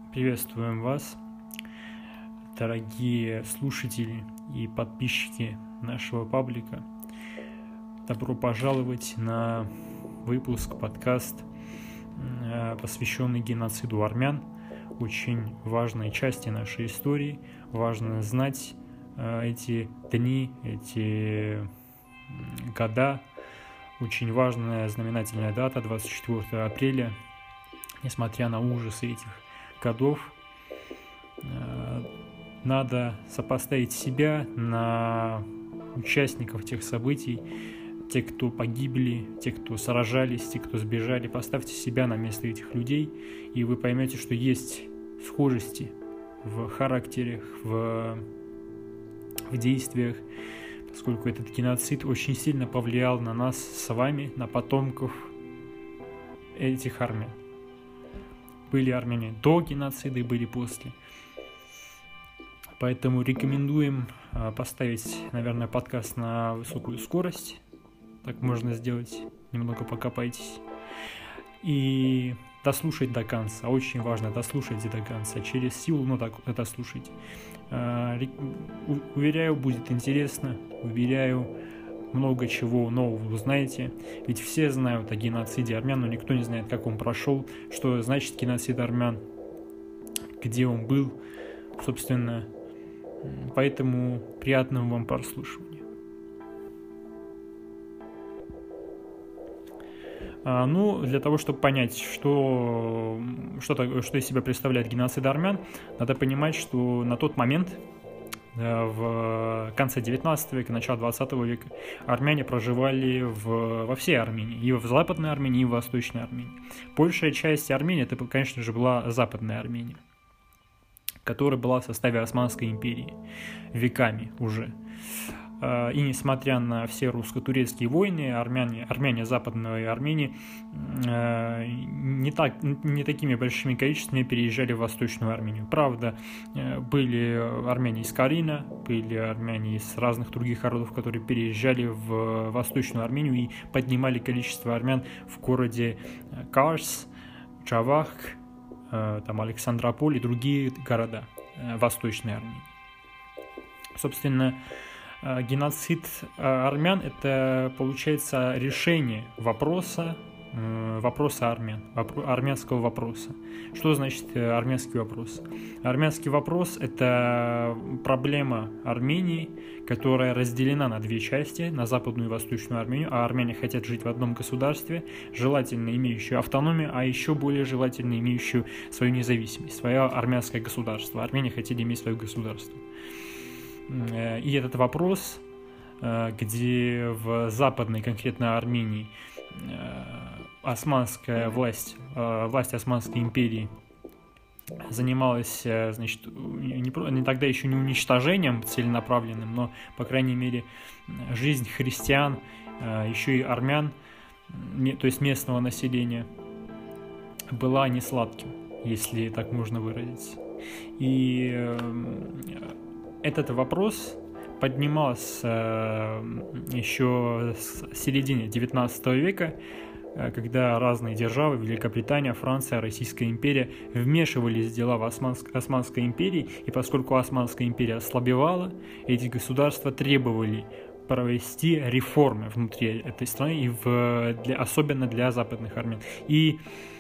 Приветствуем вас, дорогие слушатели и подписчики нашего паблика. Добро пожаловать на выпуск подкаст, посвященный геноциду армян. Очень важной части нашей истории. Важно знать эти дни, эти года. Очень важная знаменательная дата, 24 апреля. Несмотря на ужасы этих годов, надо сопоставить себя на участников тех событий, те, кто погибли, те, кто сражались, те, кто сбежали. Поставьте себя на место этих людей, и вы поймете, что есть схожести в характерах, в действиях, поскольку этот геноцид очень сильно повлиял на нас с вами, на потомков этих армян. Были армяне до геноцида и были после. Поэтому рекомендуем поставить, наверное, подкаст на высокую скорость. Так можно сделать, немного покопайтесь. И дослушать до конца. Очень важно, дослушайте до конца. Через силу, но так дослушайте. Уверяю, будет интересно. Уверяю, много чего нового узнаете. Ведь все знают о геноциде армян, но никто не знает, как он прошел, что значит геноцид армян, где он был, собственно. Поэтому приятного вам прослушивания. Для того, чтобы понять, что из себя представляет геноцид армян, надо понимать, что на тот момент, в конце 19 века, начало 20 века, армяне проживали во всей Армении, и в Западной Армении, и в Восточной Армении. Большая часть Армении, это, конечно же, была Западная Армения, которая была в составе Османской империи веками уже. И несмотря на все русско-турецкие войны, армяне Западной Армении не такими большими количествами переезжали в Восточную Армению. Правда, были армяне из Карина, были армяне из разных других народов, которые переезжали в Восточную Армению и поднимали количество армян в городе Карс, Джавах, Александрополь и другие города Восточной Армении. Собственно, геноцид армян – это, получается, решение вопроса армян, армянского вопроса. Что значит армянский вопрос? Армянский вопрос – это проблема Армении, которая разделена на две части, на Западную и Восточную Армению, а армяне хотят жить в одном государстве, желательно имеющую автономию, а еще более желательно имеющую свою независимость, свое армянское государство. Армяне хотели иметь свое государство. И этот вопрос, где в Западной, конкретно Армении, османская власть Османской империи занималась, не тогда еще не уничтожением целенаправленным, но, по крайней мере, жизнь христиан, еще и армян, то есть местного населения, была не сладким, если так можно выразиться. И этот вопрос поднимался еще с середины XIX века, когда разные державы, Великобритания, Франция, Российская империя, вмешивались в дела в Османской империи, и поскольку Османская империя ослабевала, эти государства требовали провести реформы внутри этой страны, и особенно для западных армян. И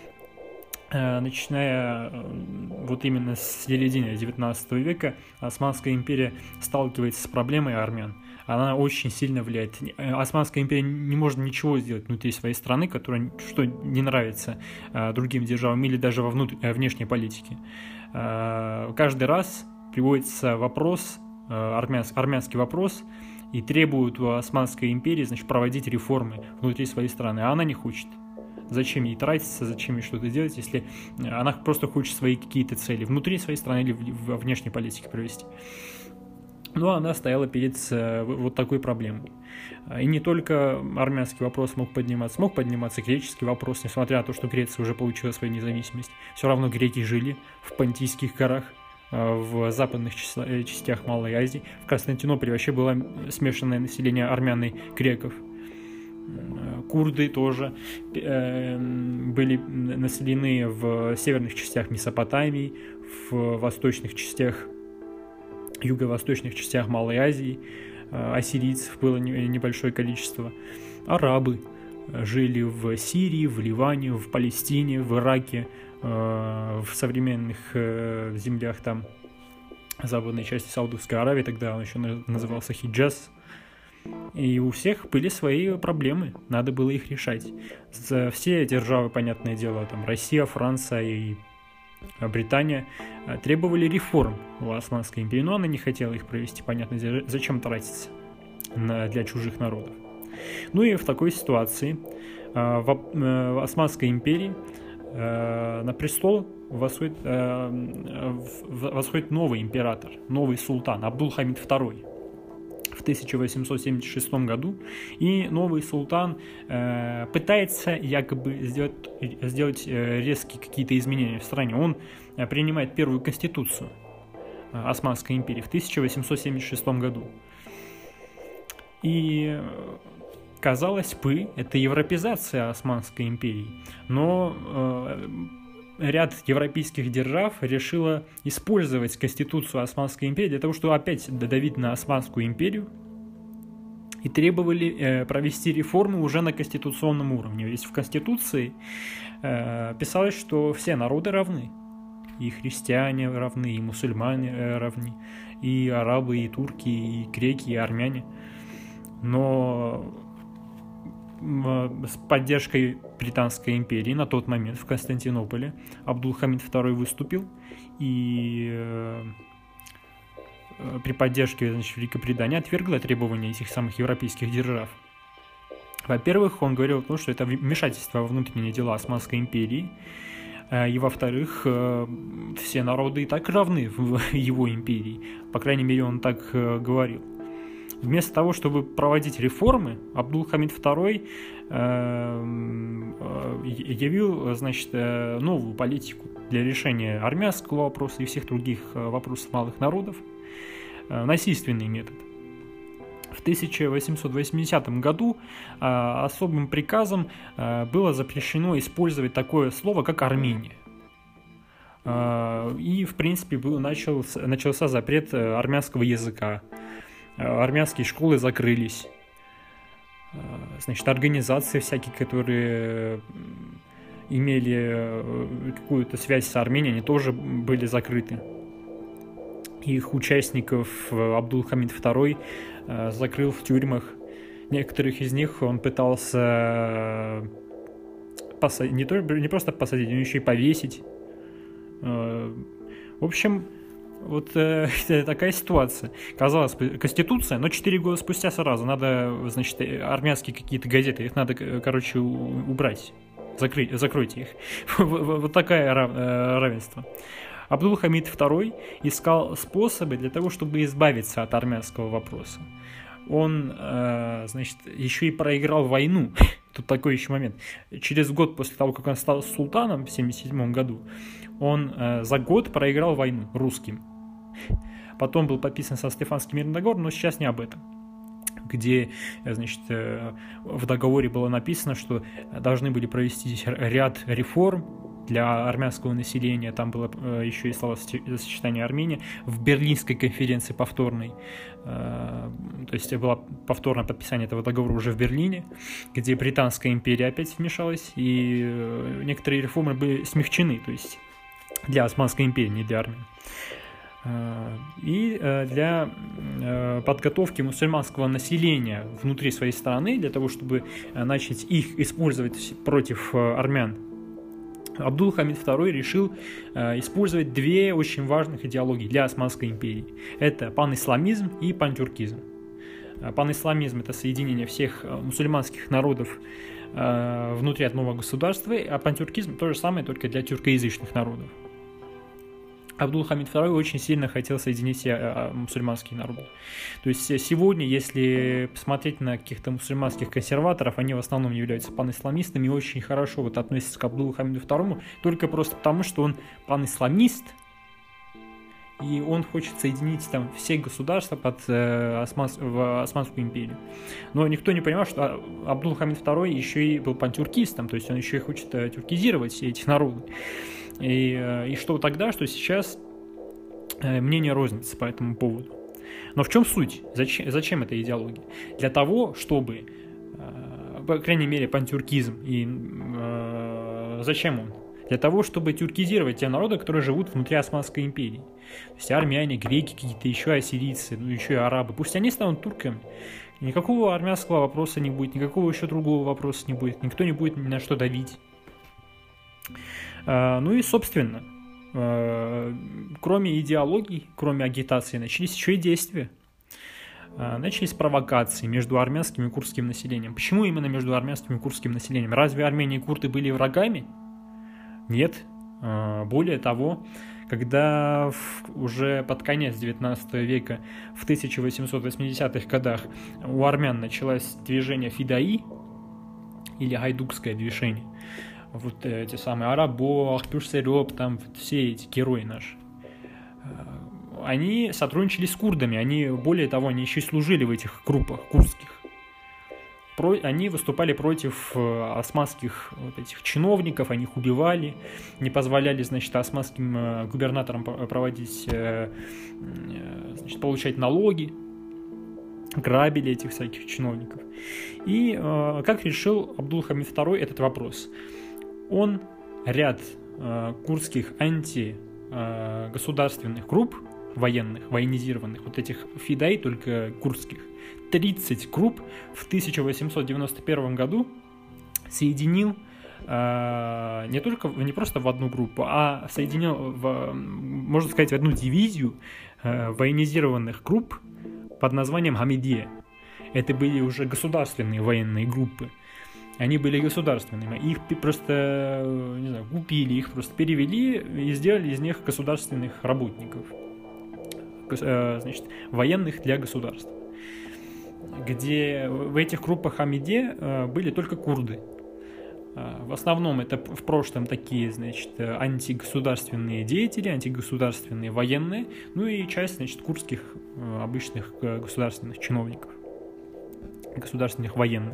начиная вот именно с середины XIX века, Османская империя сталкивается с проблемой армян. Она очень сильно влияет. Османская империя не может ничего сделать внутри своей страны, что не нравится другим державам или даже во внешней политике. Каждый раз приводится вопрос, армянский вопрос, и требуют у Османской империи, проводить реформы внутри своей страны, а она не хочет. Зачем ей тратиться, зачем ей что-то делать, если она просто хочет свои какие-то цели внутри своей страны или во внешней политике провести. Но она стояла перед вот такой проблемой. И не только армянский вопрос мог подниматься греческий вопрос, несмотря на то, что Греция уже получила свою независимость. Все равно греки жили в Понтийских горах, в западных частях Малой Азии. В Константинополе вообще было смешанное население армян и греков. Курды тоже были населены в северных частях Месопотамии, в восточных частях, юго-восточных частях Малой Азии. Ассирийцев было небольшое количество. Арабы жили в Сирии, в Ливане, в Палестине, в Ираке, в современных землях там западной части Саудовской Аравии, тогда он еще назывался Хиджаз. И у всех были свои проблемы, надо было их решать. Все державы, понятное дело, там Россия, Франция и Британия требовали реформ у Османской империи, но она не хотела их провести, понятно, зачем тратиться для чужих народов. Ну и в такой ситуации в Османской империи на престол восходит новый император, новый султан Абдул-Хамид II в 1876 году, и новый султан пытается якобы сделать резкие какие-то изменения в стране. Он принимает первую конституцию Османской империи в 1876 году. И казалось бы, это европеизация Османской империи, но ряд европейских держав решила использовать Конституцию Османской империи для того, чтобы опять давить на Османскую империю, и требовали провести реформы уже на конституционном уровне. Ведь в Конституции писалось, что все народы равны. И христиане равны, и мусульмане равны, и арабы, и турки, и греки, и армяне. Но с поддержкой Британской империи на тот момент в Константинополе Абдул-Хамид II выступил, и при поддержке, значит, Великобритании отвергла требования этих самых европейских держав. Во-первых, он говорил о том, что это вмешательство во внутренние дела Османской империи, и во-вторых, все народы и так равны в его империи, по крайней мере, он так говорил. Вместо того, чтобы проводить реформы, Абдул-Хамид II явил, значит, новую политику для решения армянского вопроса и всех других вопросов малых народов. Насильственный метод. В 1880 году особым приказом было запрещено использовать такое слово, как Армения. И, в принципе, начался запрет армянского языка. Армянские школы закрылись. Значит, организации всякие, которые имели какую-то связь с Арменией, они тоже были закрыты. Их участников Абдул-Хамид II закрыл в тюрьмах. Некоторых из них он пытался не просто посадить, но еще и повесить. В общем, вот такая ситуация. Казалось бы, Конституция, но 4 года спустя сразу надо, значит, армянские какие-то газеты, их надо, короче, убрать. Закройте их. Вот такое равенство. Абдул-Хамид II искал способы для того, чтобы избавиться от армянского вопроса. Он, значит, еще и проиграл войну. Тут такой еще момент. Через год после того, как он стал султаном в 1977 году, он за год проиграл войну русским. Потом был подписан Сан-Стефанский мирный договор, но сейчас не об этом. Где, значит, в договоре было написано, что должны были провести ряд реформ для армянского населения. Там было еще и словосочетание Армения. В Берлинской конференции повторной, то есть было повторное подписание этого договора уже в Берлине, где Британская империя опять вмешалась, и некоторые реформы были смягчены, то есть для Османской империи, не для армян. И для подготовки мусульманского населения внутри своей страны, для того, чтобы начать их использовать против армян, Абдул-Хамид II решил использовать две очень важных идеологии для Османской империи. Это панисламизм и пантюркизм. Панисламизм – это соединение всех мусульманских народов внутри одного государства, а пантюркизм – то же самое, только для тюркоязычных народов. Абдул-Хамид II очень сильно хотел соединить все мусульманские народы. То есть сегодня, если посмотреть на каких-то мусульманских консерваторов, они в основном являются панисламистами и очень хорошо вот относятся к Абдул-Хамиду II, только просто потому, что он панисламист и он хочет соединить там все государства в Османскую империю. Но никто не понимал, что Абдул-Хамид II еще и был пантюркистом, то есть он еще и хочет тюркизировать все эти народы. И что тогда, что сейчас мнение розница по этому поводу. Но в чем суть? Зачем эта идеология? Для того, чтобы, по крайней мере, пантюркизм, и зачем он? Для того, чтобы тюркизировать те народы, которые живут внутри Османской империи. То есть армяне, греки, какие-то еще ассирийцы, ну еще и арабы. Пусть они станут турками. Никакого армянского вопроса не будет, никакого еще другого вопроса не будет. Никто не будет ни на что давить. Ну и, собственно, кроме идеологий, кроме агитации, начались еще и действия. Начались провокации между армянским и курдским населением. Почему именно между армянским и курдским населением? Разве Армения и курды были врагами? Нет. Более того, когда уже под конец 19 века, в 1880-х годах, у армян началось движение Фидаи, или гайдукское движение, вот эти самые Арабо, Ахтуш-Серёб, там все эти герои наши, они сотрудничали с курдами, они, более того, они еще и служили в этих группах курдских. Они выступали против османских вот этих чиновников, они их убивали, не позволяли, значит, османским губернаторам проводить, значит, получать налоги, грабили этих всяких чиновников. И как решил Абдул-Хамид II этот вопрос? Он ряд курдских антигосударственных групп, военных, военизированных, вот этих фидай, только курдских, 30 групп в 1891 году соединил не просто в одну группу, а соединил, можно сказать, в одну дивизию военизированных групп под названием Хамидия. Это были уже государственные военные группы. Они были государственными. Их просто, не знаю, купили, их просто перевели и сделали из них государственных работников. Значит, военных для государства. Где в этих группах Хамиде были только курды. В основном это в прошлом такие, значит, антигосударственные деятели, антигосударственные военные, ну и часть, значит, курдских обычных государственных чиновников, государственных военных.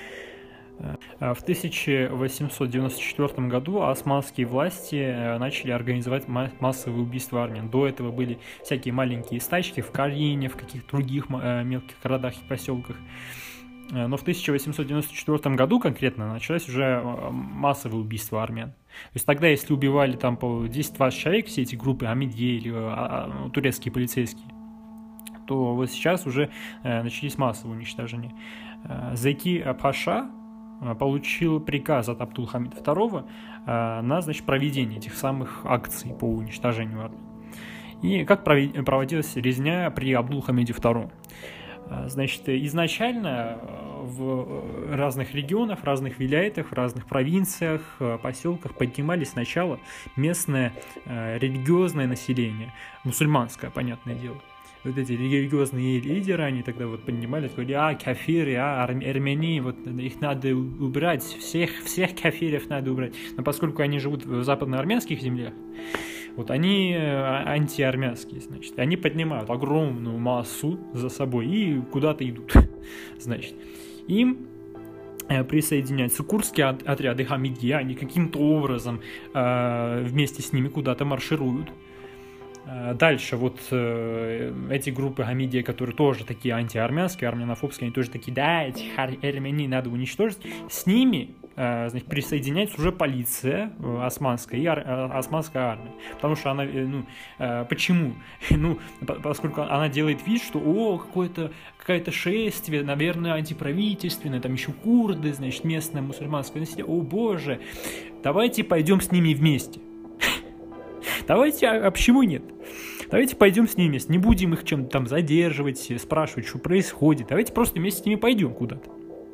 В 1894 году османские власти начали организовать массовые убийства армян. До этого были всякие маленькие стачки в Карине, в каких-то других мелких городах и поселках. Но в 1894 году конкретно началось уже массовое убийство армян. То есть тогда, если убивали там по 10-20 человек, все эти группы Амидье или турецкие полицейские, то вот сейчас уже начались массовые уничтожения. Зеки Паша получил приказ от Абдул-Хамида II на, значит, проведение этих самых акций по уничтожению армян. И как проводилась резня при Абдул-Хамиде II? Значит, изначально в разных регионах, в разных вилаятах, в разных провинциях, поселках поднимались сначала местное религиозное население, мусульманское, понятное дело. Вот эти религиозные лидеры, они тогда вот поднимали, говорили, кафиры, армяне, вот их надо убрать, всех кафиров надо убрать. Но поскольку они живут в западноармянских землях, вот они антиармянские, значит, они поднимают огромную массу за собой и куда-то идут, значит. Им присоединяются курдские отряды Хамидия, они каким-то образом вместе с ними куда-то маршируют. Дальше вот эти группы Хамидия, которые тоже такие антиармянские, армянофобские, они тоже такие, да, этих армян надо уничтожить. С ними, значит, присоединяется уже полиция османская и османская армия. Потому что она, почему? Поскольку она делает вид, что, какое-то шествие, наверное, антиправительственное, там еще курды, значит, местное мусульманское население. О боже, давайте пойдем с ними вместе. Давайте, а почему нет? Давайте пойдем с ними, не будем их чем-то там задерживать, спрашивать, что происходит. Давайте просто вместе с ними пойдем куда-то.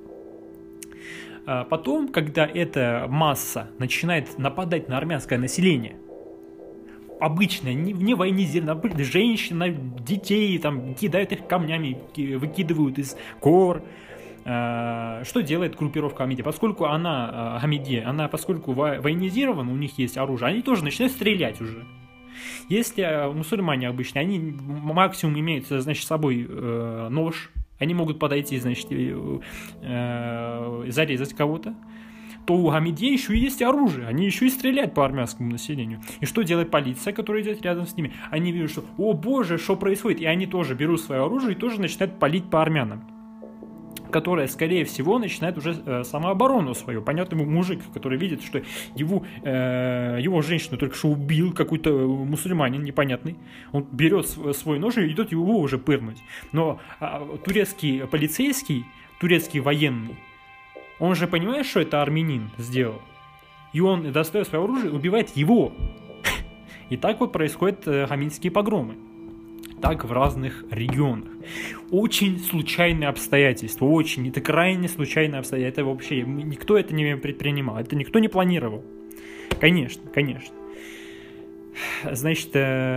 Потом, когда эта масса начинает нападать на армянское население, обычно, не военизированные, женщин, детей, там, кидают их камнями, выкидывают из гор. Что делает группировка Хамидия? Поскольку она, поскольку военизирована, у них есть оружие, они тоже начинают стрелять уже. Если мусульмане обычно, они максимум имеют, значит, с собой нож, они могут подойти, значит, зарезать кого-то, то у гамидей еще есть оружие, они еще и стреляют по армянскому населению. И что делает полиция, которая идет рядом с ними? Они видят, что, о боже, что происходит? И они тоже берут свое оружие и тоже начинают палить по армянам, которая, скорее всего, начинает уже самооборону свою. Понятно, мужик, который видит, что его женщину только что убил какой-то мусульманин непонятный, он берет свой нож и идет его уже пырнуть. Но турецкий полицейский, турецкий военный, он же понимает, что это армянин сделал. И он, достает свое оружие, убивает его. И так вот происходят хамитские погромы. Так в разных регионах. Очень случайные обстоятельства. Очень. Это крайне случайные обстоятельства. Это вообще никто это не предпринимал. Это никто не планировал. Конечно, конечно. Значит,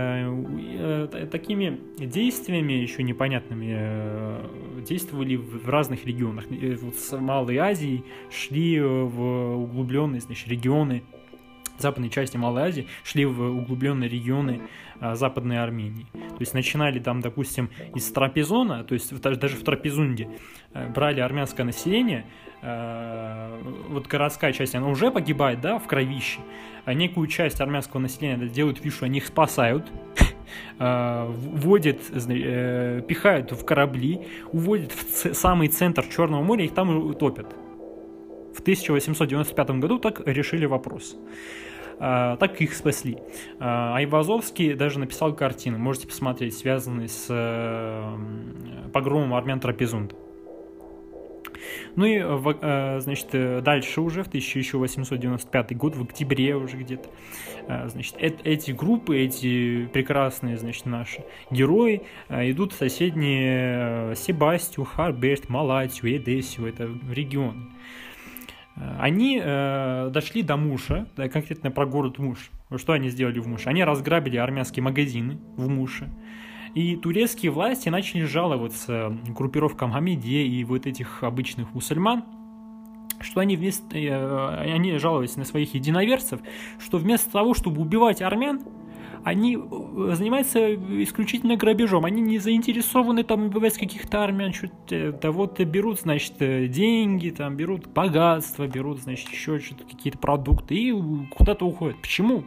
такими действиями еще непонятными действовали в разных регионах. Вот с Малой Азии шли в углубленные, значит, регионы, западной части Малой Азии, шли в углубленные регионы Западной Армении. То есть начинали там, допустим, из Трапезона, то есть даже в Трапезунде брали армянское население. Вот городская часть, она уже погибает, да, в кровище, а некую часть армянского населения делают вид, что они их спасают, вводят, пихают в корабли, уводят в самый центр Черного моря, их там и утопят. В 1895 году так решили вопрос. Так их спасли. Айвазовский даже написал картины, можете посмотреть, связанные с погромом армян Трапезунда. Ну и, значит, дальше уже, в 1895 год, в октябре уже где-то, значит, эти группы, эти прекрасные, значит, наши герои идут в соседние Себастью, Харберт, Малатью, Эдессию, это регионы. Они дошли до Муша, конкретно про город Муш. Что они сделали в Муше? Они разграбили армянские магазины в Муше. И турецкие власти начали жаловаться группировкам Хамидия и вот этих обычных мусульман, что они жаловались на своих единоверцев, что вместо того, чтобы убивать армян, они занимаются исключительно грабежом. Они не заинтересованы там убивать каких-то армян, что-то вот берут, значит, деньги, там берут богатство, берут, значит, еще что-то, какие-то продукты и куда-то уходят. Почему?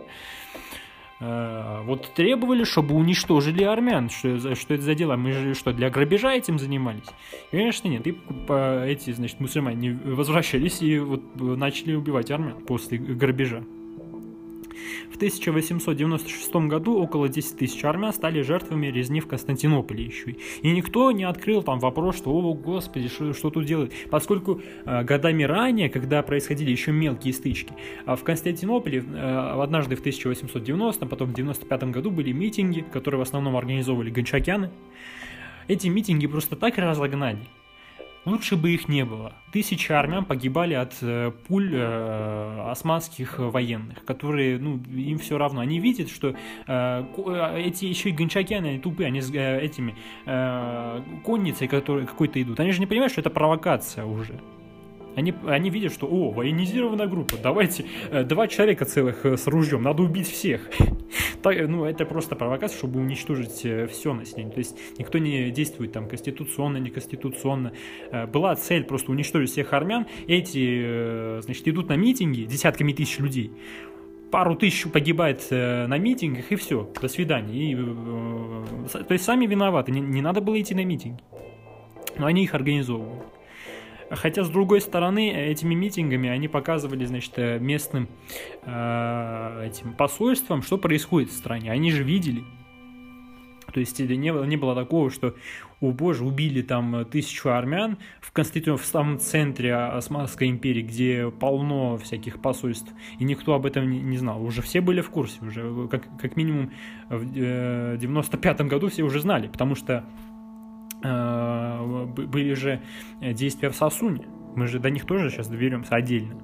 Вот требовали, чтобы уничтожили армян. Что это за дела? Мы же что, для грабежа этим занимались? Конечно, нет. И эти, значит, мусульмане возвращались и вот начали убивать армян после грабежа. В 1896 году около 10 тысяч армян стали жертвами резни в Константинополе еще. И никто не открыл там вопрос, что, о господи, что тут делают. Поскольку годами ранее, когда происходили еще мелкие стычки, в Константинополе однажды в 1890, потом в 1995 году были митинги, которые в основном организовывали гончакяны. Эти митинги просто так разогнали. Лучше бы их не было. Тысячи армян погибали от пуль османских военных, которые, ну, им все равно. Они видят, что эти еще и гончакяне, они тупые, они с этими конницей, которые какой-то идут. Они же не понимают, что это провокация уже. Они видят, что, военизированная группа, давайте 2 человека целых с ружьем, надо убить всех. Это просто провокация, чтобы уничтожить все население. То есть никто не действует там конституционно, неконституционно. Была цель просто уничтожить всех армян. Эти, значит, идут на митинги десятками тысяч людей. Пару тысяч погибает на митингах, и все, до свидания. То есть сами виноваты, не надо было идти на митинги. Но они их организовывают. Хотя, с другой стороны, этими митингами они показывали, значит, местным этим посольствам, что происходит в стране. Они же видели. То есть не было такого, что, о боже, убили там 1000 армян в самом центре Османской империи, где полно всяких посольств, и никто об этом не знал. Уже все были в курсе, уже как минимум в 95 году все уже знали, потому что были же действия в Сосуне. Мы же до них тоже сейчас доберемся отдельно.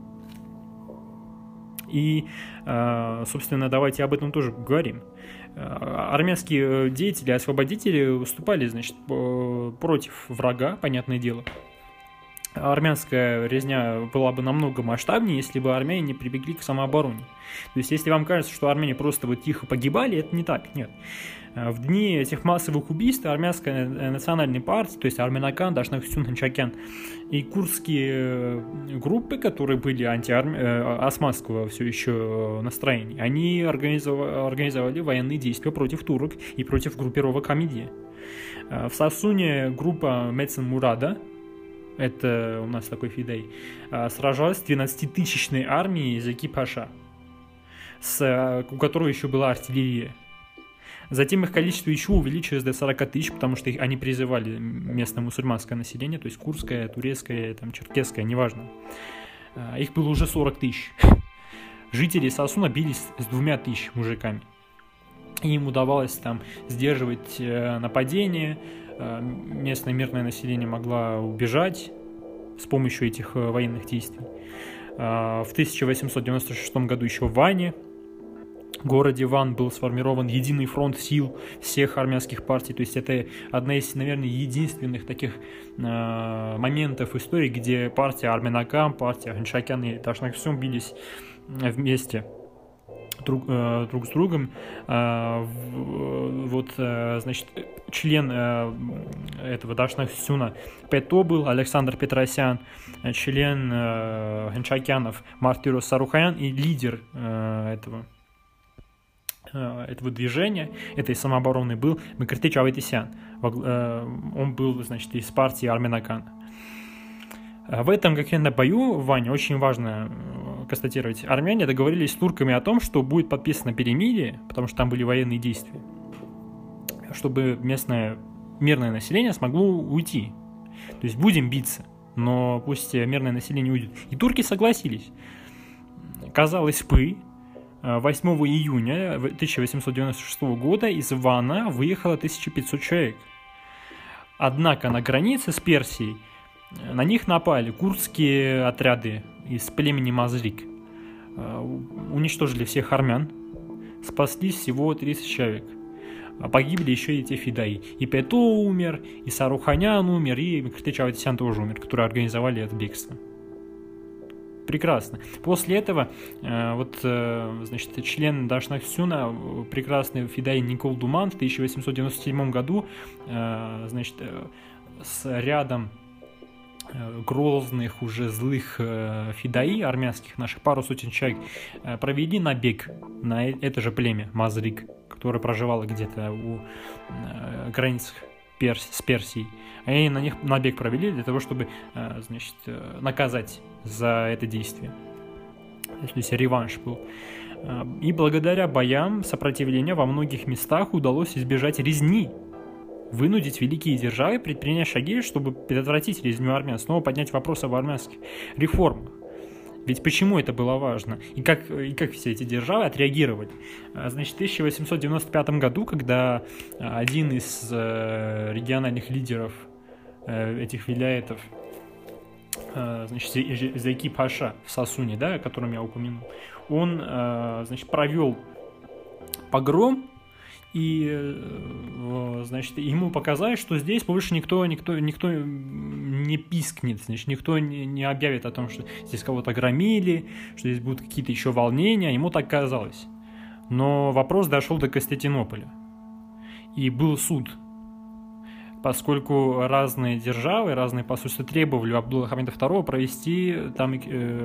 И, собственно, давайте об этом тоже поговорим. Армянские деятели, освободители выступали, значит, против врага, понятное дело. армянская резня была бы намного масштабнее, если бы армяне не прибегли к самообороне. То есть, если вам кажется, что армяне просто вот тихо погибали, это не так, нет. В дни этих массовых убийств армянская национальная партия, то есть Арменакан, Дашнак-Сюн, Ханчакян и курдские группы, которые были антиосманского все еще настроения, они организовали военные действия против турок и против группировок Хамидия. В Сасуне группа Мецен Мурада, это у нас такой фидей, сражалась с 12-тысячной армией Зеки Паша, у которой еще была артиллерия. Затем их количество еще увеличилось до 40 тысяч, потому что они призывали местное мусульманское население, то есть курдское, турецкое, там, черкесское, неважно. Их было уже 40 тысяч. Жители Сасуна бились с 2000 мужиками. Им удавалось там сдерживать нападения, местное мирное население могло убежать с помощью этих военных действий. В 1896 году еще в Ване, городе Ван, был сформирован единый фронт сил всех армянских партий. То есть это одна из, наверное, единственных таких моментов истории, где партия Арменакам, партия Ханчакян и Дашнак-Сюн бились вместе друг с другом. Значит, член этого Дашнак-Сюна Пето был, Александр Петросян, член Ханчакянов Мартирос Сарухаян и лидер этого движения, этой самообороны, был Микрты Чаветисян. Он был, значит, из партии Арменакан. В этом конкретно бою в Ване очень важно констатировать, армяне договорились с турками о том, что будет подписано перемирие, потому что там были военные действия, чтобы местное мирное население смогло уйти. То есть будем биться, но пусть мирное население уйдет. И турки согласились. Казалось бы, 8 июня 1896 года из Вана выехало 1500 человек. Однако на границе с Персией на них напали курдские отряды из племени Мазрик. Уничтожили всех армян, спаслись всего 30 человек. Погибли еще и те фидаи. И Пето умер, и Саруханян умер, и Микрты Чаветисян тоже умер, которые организовали это бегство. Прекрасно. После этого значит, член Дашнак-Сюна, прекрасный фидай Никол Думан, в 1897 году значит, с рядом грозных, уже злых фидаи армянских, наших пару сотен человек, провели набег на это же племя Мазрик, которое проживало где-то у границ с Персией. Они на них набег провели для того, чтобы, значит, наказать за это действие. То есть реванш был. И благодаря боям сопротивления во многих местах удалось избежать резни, вынудить великие державы предпринять шаги, чтобы предотвратить резню армян, снова поднять вопрос об армянских реформах. Ведь почему это было важно? И как все эти державы отреагировали? Значит, в 1895 году, когда один из региональных лидеров этих вилаетов, значит, Зеки Паша в Сасуне, да, о котором я упомянул, он, значит, провел погром, и, значит, ему показали, что здесь больше никто не пискнет, значит, никто не объявит о том, что здесь кого-то громили, что здесь будут какие-то еще волнения, ему так казалось. Но вопрос дошел до Константинополя, и был суд, поскольку разные державы, разные посольства требовали у Абдул-Хамида II провести там,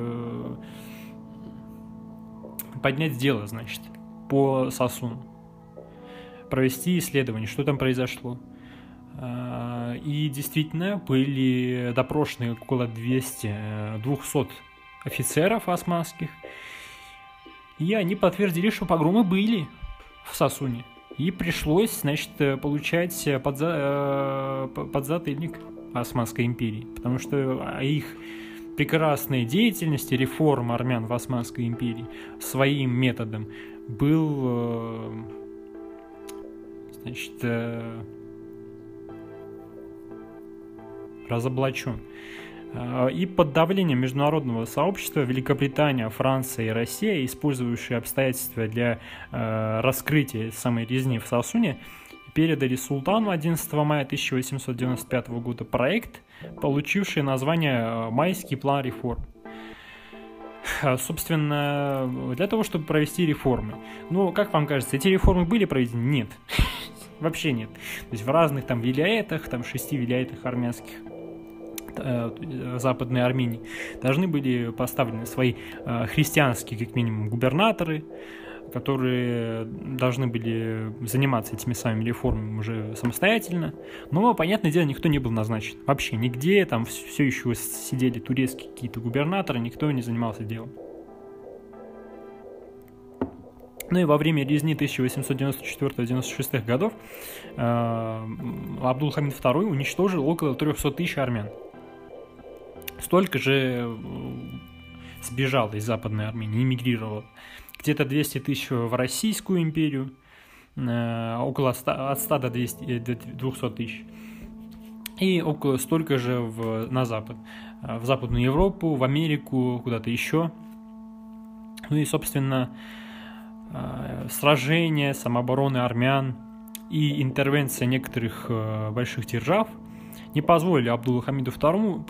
поднять дело, значит, по Сасуну, провести исследование, что там произошло. И действительно были допрошены около 200 офицеров османских, и они подтвердили, что погромы были в Сасуне. И пришлось, значит, получать подзатыльник Османской империи, потому что их прекрасной деятельности, реформ армян в Османской империи своим методом был, значит, разоблачен. И под давлением международного сообщества Великобритания, Франция и Россия, использующие обстоятельства для раскрытия самой резни в Сасуне, передали султану 11 мая 1895 года проект, получивший название «Майский план реформ». Собственно, для того, чтобы провести реформы. Но, как вам кажется, эти реформы были проведены? Нет. Вообще нет. То есть в разных там вилаятах, там 6 вилаятах армянских, Западной Армении, должны были поставлены свои христианские, как минимум, губернаторы, которые должны были заниматься этими самыми реформами уже самостоятельно. Но, понятное дело, никто не был назначен. Вообще нигде, там все еще сидели турецкие какие-то губернаторы, никто не занимался делом. Ну и во время резни 1894-96 годов Абдул-Хамид II уничтожил около 300 тысяч армян. Столько же сбежало из Западной Армении, эмигрировало. Где-то 200 тысяч в Российскую империю, около от 100 до 200 тысяч. И около столько же на Запад. В Западную Европу, в Америку, куда-то еще. Ну и, собственно, сражения, самообороны армян и интервенция некоторых больших держав не позволили Абдул-Хамиду II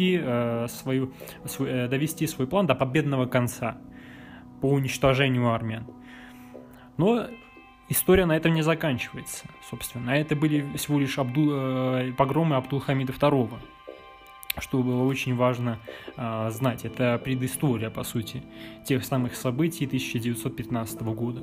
довести свой план до победного конца по уничтожению армян. Но история на этом не заканчивается, собственно. Это были всего лишь погромы Абдул-Хамида II, что было очень важно знать. Это предыстория, по сути, тех самых событий 1915 года.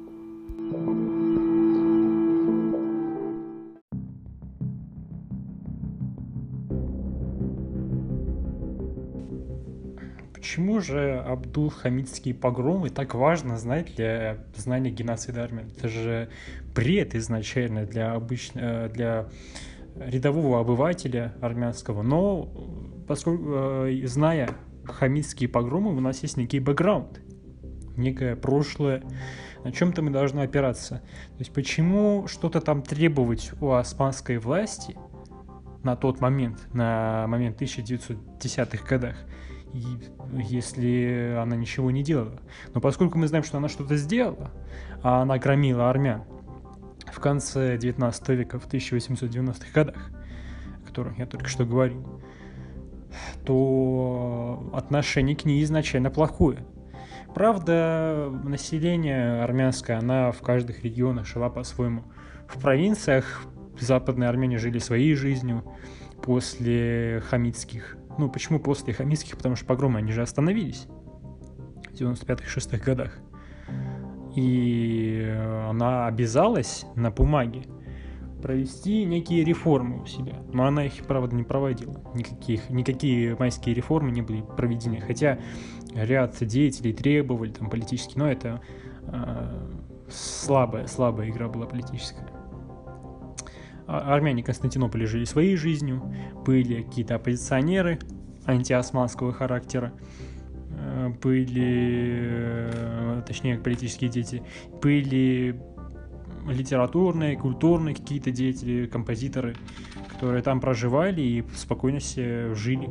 Почему же Абдул-Хамидские погромы так важно знать для знания геноцида армян? Это же бред изначально для рядового обывателя армянского. Но поскольку, зная хамидские погромы, у нас есть некий бэкграунд, некое прошлое, на чем-то мы должны опираться. То есть почему что-то там требовать у османской власти на тот момент, на момент 1910-х годах, если она ничего не делала. Но поскольку мы знаем, что она что-то сделала, а она громила армян в конце 19 века, в 1890-х годах, о которых я только что говорил, то отношение к ней изначально плохое. Правда, население армянское, она в каждых регионах жила по-своему. В провинциях Западной Армении жили своей жизнью после хамидских. Ну, почему после хамидских? Потому что погромы, они же остановились в 95-6 годах. И она обязалась на бумаге провести некие реформы у себя. Но она их, правда, не проводила. Никакие майские реформы не были проведены. Хотя ряд деятелей требовали, там, политически, но это слабая игра была политическая. Армяне Константинополя жили своей жизнью, были какие-то оппозиционеры антиосманского характера, точнее, политические деятели, были литературные, культурные какие-то деятели, композиторы, которые там проживали и спокойно себе жили.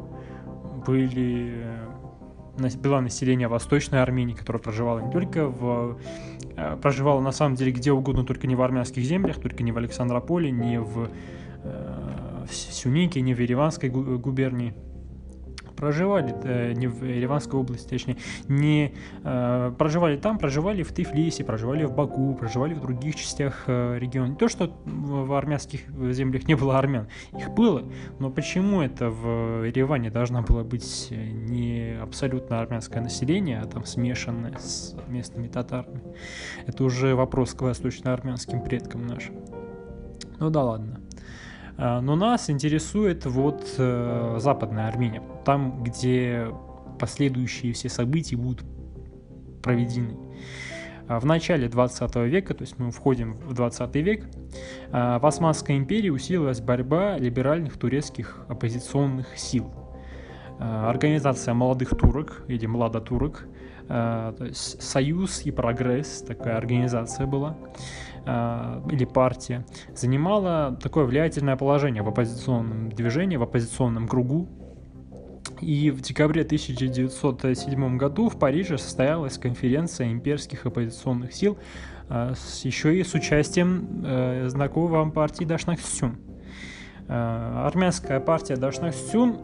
Было население Восточной Армении, которое проживало не только проживало на самом деле где угодно, только не в армянских землях, только не в Александрополе, не в Сюнике, не в Ереванской губернии. Проживали, не в Ереванской области, точнее, не проживали там, проживали в Тифлисе, проживали в Баку, проживали в других частях региона. Не то, что в армянских землях не было армян, их было, но почему это в Ереване должно было быть не абсолютно армянское население, а там смешанное с местными татарами? Это уже вопрос к восточноармянским предкам нашим. Ну да ладно. Но нас интересует Западная Армения, там, где последующие все события будут проведены. В начале 20 века, то есть мы входим в 20 век, в Османской империи усилилась борьба либеральных турецких оппозиционных сил. Организация молодых турок или младотурок, то есть Союз и Прогресс, такая организация была, или партия, занимала такое влиятельное положение в оппозиционном движении, в оппозиционном кругу. И в декабре 1907 году в Париже состоялась конференция имперских оппозиционных сил еще и с участием знакомой вам партии Дашнак-Сюн. Армянская партия Дашнак-Сюн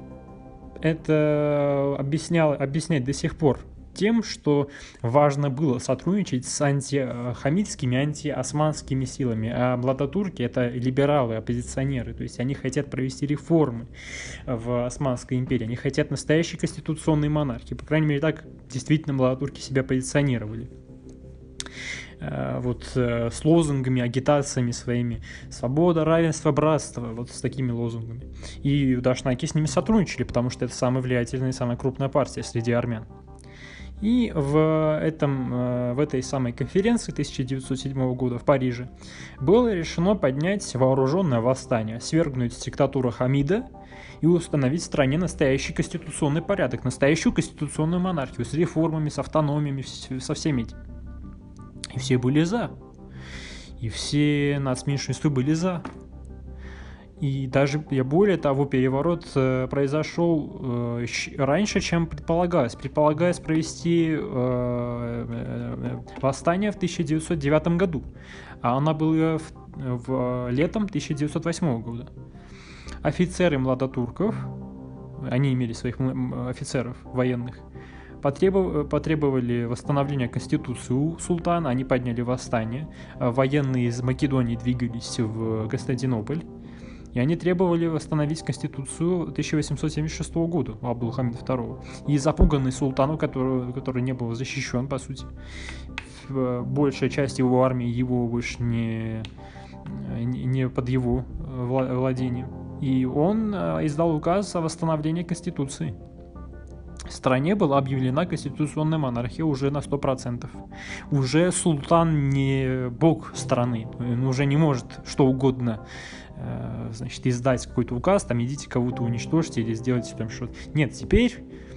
это объясняет до сих пор тем, что важно было сотрудничать с антихамидскими, антиосманскими силами. А младотурки — это либералы, оппозиционеры. То есть они хотят провести реформы в Османской империи. Они хотят настоящей конституционной монархии. По крайней мере, так действительно младотурки себя позиционировали. Вот с лозунгами, агитациями своими. Свобода, равенство, братство. Вот с такими лозунгами. И дашнаки с ними сотрудничали, потому что это самая влиятельная и самая крупная партия среди армян. И в этой самой конференции 1907 года в Париже было решено поднять вооруженное восстание, свергнуть диктатуру Хамида и установить в стране настоящий конституционный порядок, настоящую конституционную монархию с реформами, с автономиями, со всеми этими. И все были за. И все нацменьшинства были за. И даже, более того, переворот произошел раньше, чем предполагалось. Предполагалось провести восстание в 1909 году, а оно было летом 1908 года. Офицеры младотурков, они имели своих офицеров военных, потребовали восстановления конституции у султана, они подняли восстание. Военные из Македонии двигались в Константинополь. И они требовали восстановить конституцию 1876 года у Абдулхамида II. И запуганный султан, который не был защищен, по сути, большая часть его армии его больше не под его владением. И он издал указ о восстановлении конституции. В стране была объявлена конституционная монархия уже на 100%. Уже султан не бог страны, он уже не может что угодно, значит, издать какой-то указ, там идите кого-то уничтожьте или сделайте там что-то. Нет, теперь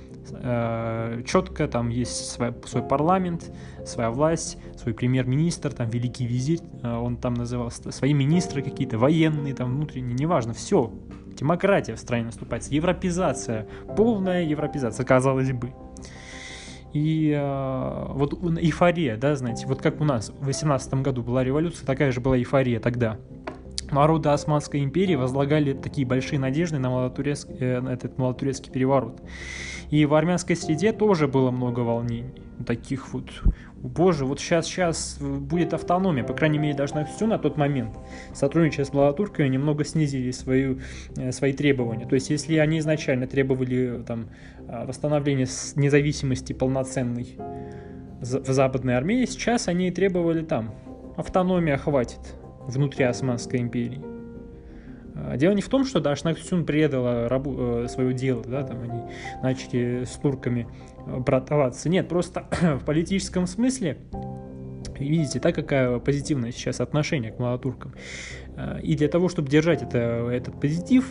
четко там есть свой парламент, своя власть, свой премьер-министр, там великий визирь, он там назывался, свои министры какие-то, военные, там внутренние, неважно, все. Демократия в стране наступает, европеизация, полная европеизация, казалось бы. И вот эйфория, да, знаете, вот как у нас в 18 году была революция, такая же была эйфория тогда. Народы Османской империи возлагали такие большие надежды на этот младотурецкий переворот. И в армянской среде тоже было много волнений. Таких вот, боже, вот сейчас будет автономия, по крайней мере, должна все на тот момент. Сотрудничая с младотурками, немного снизили свои требования. То есть, если они изначально требовали там восстановления независимости полноценной в Западной Армении, сейчас они требовали там автономия хватит внутри Османской империи. Дело не в том, что Дашнак-Сюн предала свое дело, да, там они начали с турками братоваться. Нет, просто в политическом смысле, видите, да, какая позитивное сейчас отношение к младотуркам. И для того, чтобы держать этот позитив,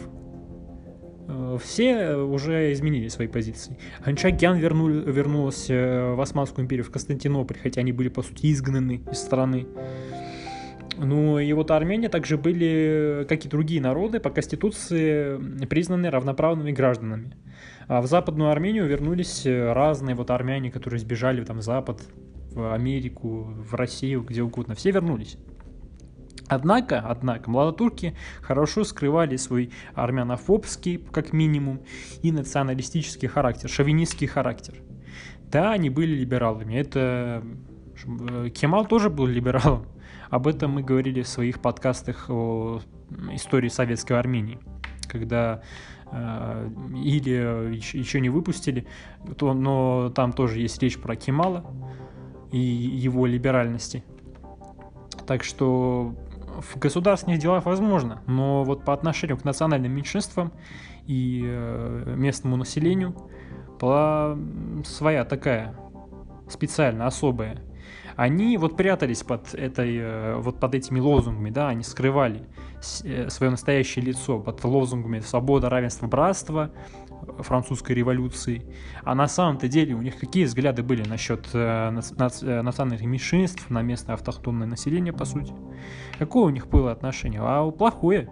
все уже изменили свои позиции. Анчагьян вернулся в Османскую империю, в Константинополь, хотя они были, по сути, изгнаны из страны. Ну и вот Армения также были, как и другие народы, по конституции признаны равноправными гражданами. А в Западную Армению вернулись разные вот армяне, которые сбежали там в Запад, в Америку, в Россию, где угодно. Все вернулись. Однако, младотурки хорошо скрывали свой армянофобский, как минимум, и националистический характер, шовинистский характер. Да, они были либералами. Кемал тоже был либералом. Об этом мы говорили в своих подкастах о истории советской Армении, когда или еще не выпустили, но там тоже есть речь про Кемала и его либеральности. Так что в государственных делах возможно, но вот по отношению к национальным меньшинствам и местному населению была своя такая специально особая. Они вот прятались под этими лозунгами, да, они скрывали свое настоящее лицо под лозунгами «Свобода, равенство, братство», французской революции. А на самом-то деле у них какие взгляды были насчет национальных меньшинств, на местное автохтонное население, по сути? Какое у них было отношение? А плохое.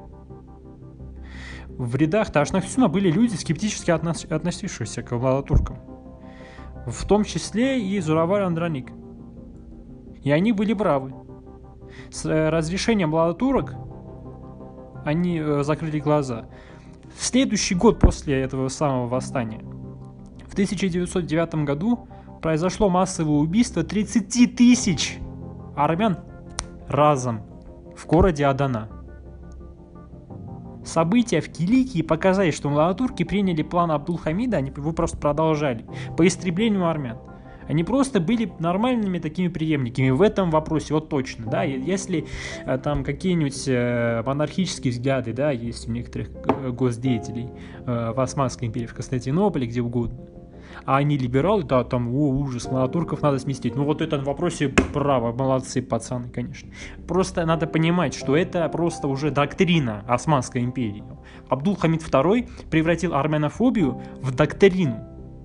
В рядах Дашнак-Сюна были люди, скептически относившиеся к младотуркам. В том числе и Зуравар Андроник. И они были правы. С разрешением младотурок они закрыли глаза. В следующий год после этого самого восстания, в 1909 году, произошло массовое убийство 30 тысяч армян разом в городе Адана. События в Киликии показали, что младотурки приняли план Абдулхамида, они его просто продолжали, по истреблению армян. Они просто были нормальными такими преемниками в этом вопросе, вот точно, да, если там какие-нибудь монархические взгляды, да, есть у некоторых госдеятелей в Османской империи, в Константинополе, где угодно, а они либералы, да, там, ужас, младотурков надо сместить. Ну вот в этом вопросе право, молодцы пацаны, конечно. Просто надо понимать, что это просто уже доктрина Османской империи. Абдулхамид II превратил армянофобию в доктрину.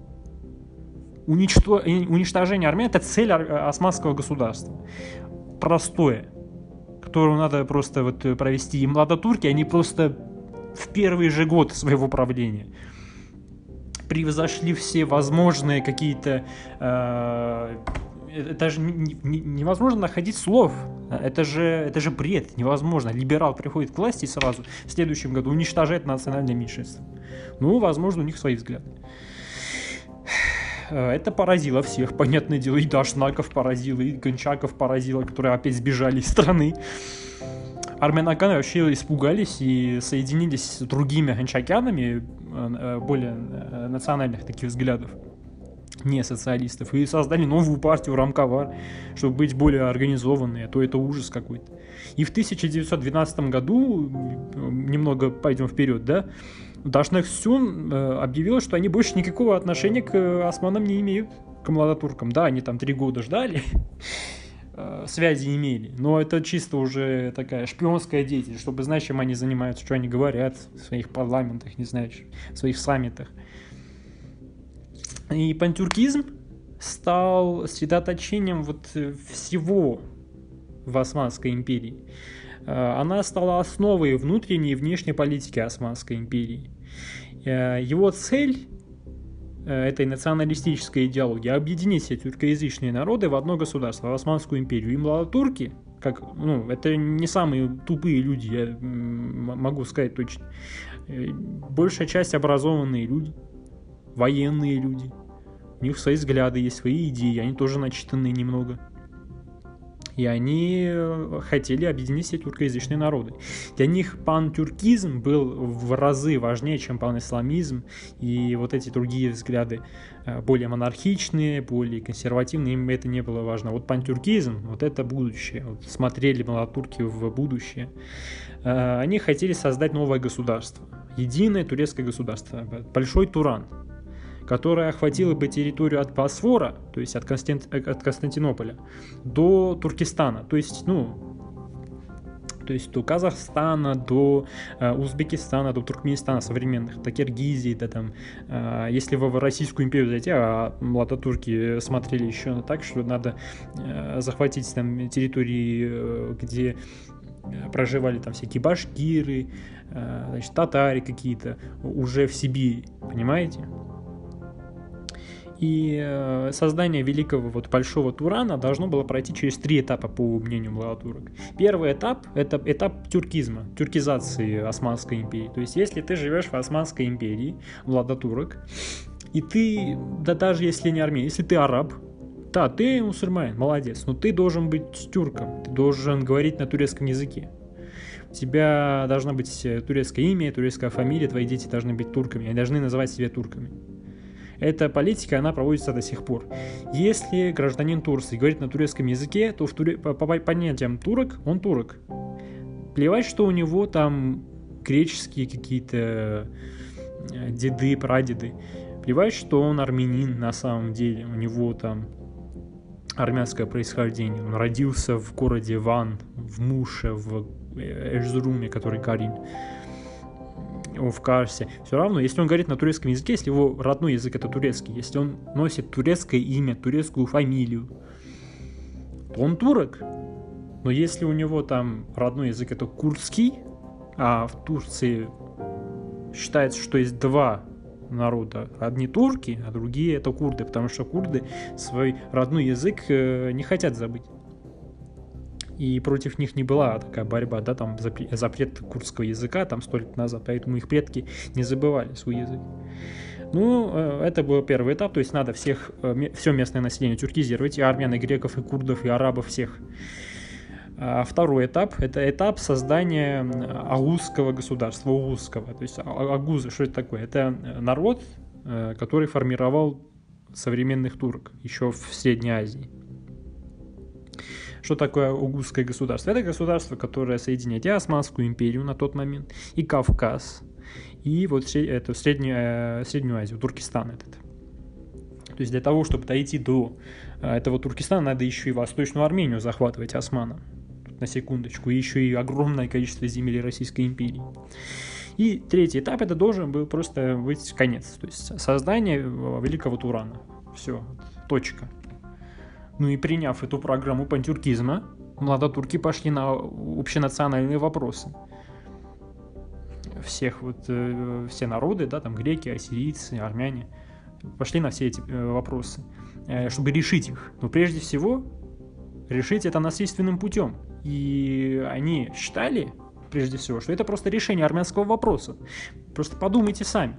Уничтожение армян – это цель османского государства. Простое, которую надо просто вот провести. И младотурки, они просто в первый же год своего правления превзошли все возможные какие-то... это же невозможно находить слов. Это же бред, невозможно. Либерал приходит к власти и сразу в следующем году уничтожает национальное меньшинство. Ну, возможно, у них свои взгляды. Это поразило всех, понятное дело, и Дашнаков поразило, и Гончаков поразило, которые опять сбежали из страны. Армянаканы вообще испугались и соединились с другими гончакянами более национальных таких взглядов, не социалистов, и создали новую партию Рамковар, чтобы быть более организованной, а то это ужас какой-то. И в 1912 году, немного пойдем вперед, да, Дашнак Сюн объявил, что они больше никакого отношения к османам не имеют, к младотуркам. Да, они там 3 года ждали, связи имели, но это чисто уже такая шпионская деятельность, чтобы знать, чем они занимаются, что они говорят в своих парламентах, не знаю, в своих саммитах. И пантюркизм стал средоточением вот всего в Османской империи. Она стала основой внутренней и внешней политики Османской империи. Его цель этой националистической идеологии — объединить все тюркоязычные народы в одно государство, в Османскую империю. И младотурки, это не самые тупые люди, я могу сказать точно. Большая часть образованные люди, военные люди. У них свои взгляды, есть свои идеи, они тоже начитанные немного. И они хотели объединить все тюркоязычные народы. Для них пантюркизм был в разы важнее, чем панисламизм, и вот эти другие взгляды более монархичные, более консервативные, им это не было важно. Вот пантюркизм, вот это будущее. Вот смотрели младотурки в будущее. Они хотели создать новое государство, единое турецкое государство, Большой Туран, которая охватила бы территорию от Босфора, то есть от Константинополя, до Туркестана, то есть до Казахстана, до Узбекистана, до Туркменистана современных, до Киргизии, да там, если в Российскую империю зайти, а младотурки смотрели еще так, что надо захватить там территории, где проживали там всякие башкиры, значит, татари какие-то, уже в Сибири, понимаете? И создание великого Большого Турана должно было пройти через 3 этапа, по мнению младотурок. Первый этап – это этап тюркизма, тюркизации Османской империи. То есть, если ты живешь в Османской империи, младотурок, и ты, да даже если не армянин, если ты араб, да, ты мусульманин, молодец, но ты должен быть тюрком, ты должен говорить на турецком языке. У тебя должна быть турецкое имя, турецкая фамилия, твои дети должны быть турками, они должны называть себя турками. Эта политика, она проводится до сих пор. Если гражданин Турции говорит на турецком языке, то по понятиям турок, он турок. Плевать, что у него там греческие какие-то деды, прадеды. Плевать, что он армянин на самом деле. У него там армянское происхождение. Он родился в городе Ван, в Муше, в Эрзуруме, который Карин, в Карсе. Все равно, если он говорит на турецком языке, если его родной язык это турецкий, если он носит турецкое имя, турецкую фамилию, то он турок. Но если у него там родной язык это курдский, а в Турции считается, что есть 2 народа. Одни турки, а другие это курды, потому что курды свой родной язык не хотят забыть. И против них не была такая борьба, да, там запрет курдского языка там 100 лет назад, поэтому их предки не забывали свой язык. Ну, это был первый этап, то есть надо все местное население тюркизировать, и армян, и греков, и курдов, и арабов всех. А второй этап – это этап создания агузского государства, угузского. То есть агузы, что это такое? Это народ, который формировал современных турок еще в Средней Азии. Что такое угузское государство? Это государство, которое соединяет и Османскую империю на тот момент, и Кавказ, и вот эту Среднюю Азию, Туркестан этот. То есть для того, чтобы дойти до этого Туркестана, надо еще и Восточную Армению захватывать османам. На секундочку. И еще и огромное количество земель Российской империи. И третий этап, это должен был просто быть конец. То есть создание Великого Турана. Все, точка. Ну и приняв эту программу пантюркизма, младотурки пошли на общенациональные вопросы. Все народы, да, там греки, ассирийцы, армяне, пошли на все эти вопросы, чтобы решить их. Но прежде всего, решить это насильственным путем. И они считали, прежде всего, что это просто решение армянского вопроса. Просто подумайте сами.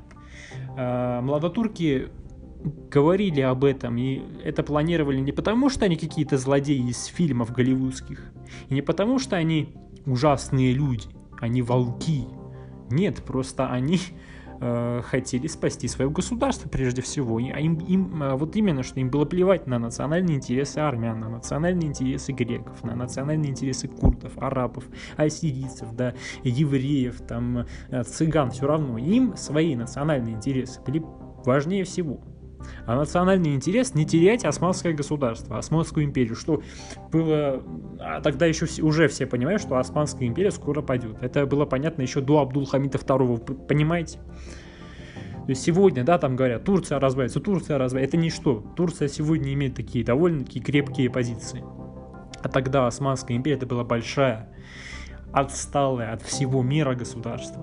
Младотурки говорили об этом, и это планировали не потому, что они какие-то злодеи из фильмов голливудских, и не потому, что они ужасные люди, они волки. Нет, просто они хотели спасти свое государство прежде всего. Вот именно, что им было плевать на национальные интересы армян, на национальные интересы греков, на национальные интересы курдов, арабов, ассирийцев, да, евреев, там, цыган, все равно. Им свои национальные интересы были важнее всего. А национальный интерес не терять османское государство, Османскую империю, что было... тогда еще уже все понимают, что Османская империя скоро падет. Это было понятно еще до Абдулхамида II, понимаете? То есть сегодня, да, там говорят, Турция развалится. Это ничто. Турция сегодня имеет такие довольно-таки крепкие позиции. А тогда Османская империя это была большая, отсталая от всего мира государство.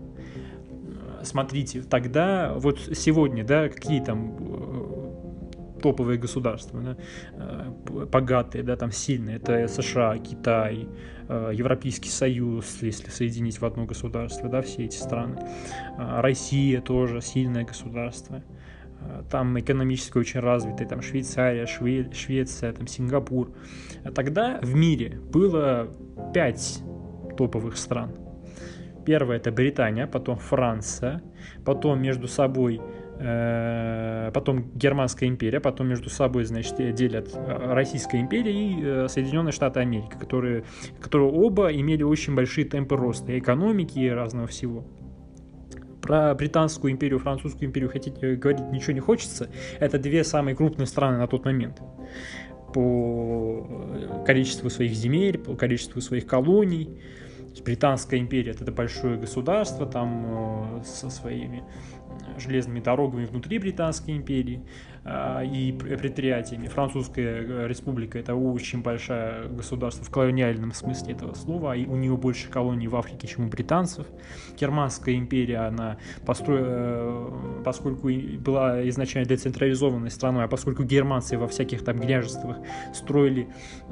Смотрите, тогда, вот сегодня, да, какие там топовые государства, да, богатые, да, там сильные, это США, Китай, Европейский Союз, если соединить в одно государство, да, все эти страны, Россия тоже сильное государство, там экономически очень развитые, там Швейцария, Швеция, там Сингапур. Тогда в мире было 5 топовых стран. Первое это Британия, потом Франция, потом между собой, потом Германская империя, потом между собой, значит, делят Российская империя и Соединенные Штаты Америки, которые оба имели очень большие темпы роста и экономики, и разного всего. Про Британскую империю, Французскую империю говорить ничего не хочется. Это две самые крупные страны на тот момент по количеству своих земель, по количеству своих колоний. Британская империя – это большое государство, там со своими железными дорогами внутри Британской империи и предприятиями. Французская республика – это очень большое государство в колониальном смысле этого слова, и у нее больше колоний в Африке, чем у британцев. Германская империя, она поскольку была изначально децентрализованной страной, а поскольку германцы во всяких там княжествах строили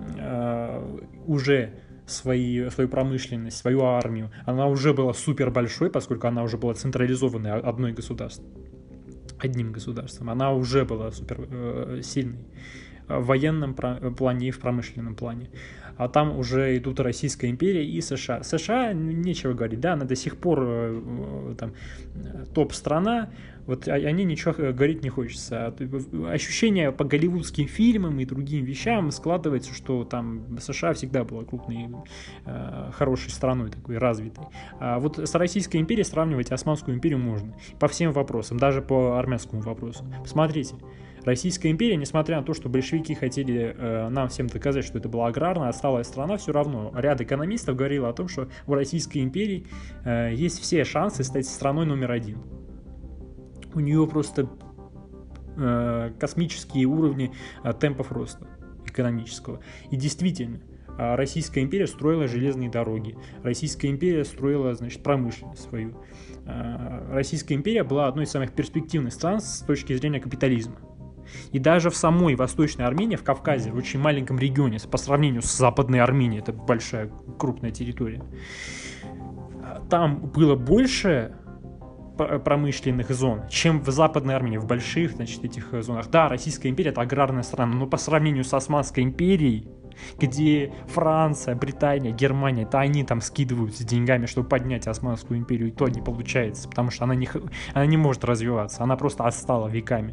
уже свою промышленность, свою армию, она уже была супер большой, поскольку она уже была централизованной одним государством, она уже была супер сильной в военном плане и в промышленном плане. А там уже идут Российская империя и США. США, нечего говорить, да, она до сих пор там топ-страна, вот они ничего говорить не хочется. Ощущение по голливудским фильмам и другим вещам складывается, что там США всегда была крупной, хорошей страной, такой развитой. А вот с Российской империей сравнивать Османскую империю можно. По всем вопросам, даже по армянскому вопросу. Посмотрите. Российская империя, несмотря на то, что большевики хотели нам всем доказать, что это была аграрная, отсталая страна, все равно ряд экономистов говорил о том, что у Российской империи есть все шансы стать страной номер 1. У нее просто космические уровни темпов роста экономического. И действительно, Российская империя строила железные дороги, Российская империя строила, значит, промышленность свою. Российская империя была одной из самых перспективных стран с точки зрения капитализма. И даже в самой Восточной Армении, в Кавказе, в очень маленьком регионе, по сравнению с Западной Арменией, это большая, крупная территория, там было больше промышленных зон, чем в Западной Армении, в больших, значит, этих зонах. Да, Российская империя — это аграрная страна, но по сравнению с Османской империей, где Франция, Британия, Германия, то они там скидываются деньгами, чтобы поднять Османскую империю, и то не получается, потому что она не может развиваться, она просто отстала веками.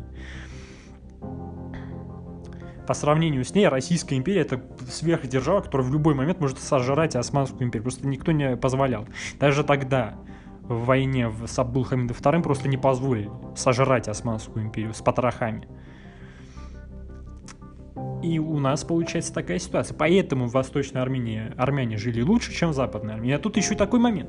По сравнению с ней, Российская империя — это сверхдержава, которая в любой момент может сожрать Османскую империю. Просто никто не позволял. Даже тогда, в войне с Абдул-Хамидом II, просто не позволили сожрать Османскую империю с потрохами. И у нас получается такая ситуация. Поэтому в Восточной Армении армяне жили лучше, чем в Западной Армении. А тут еще и такой момент.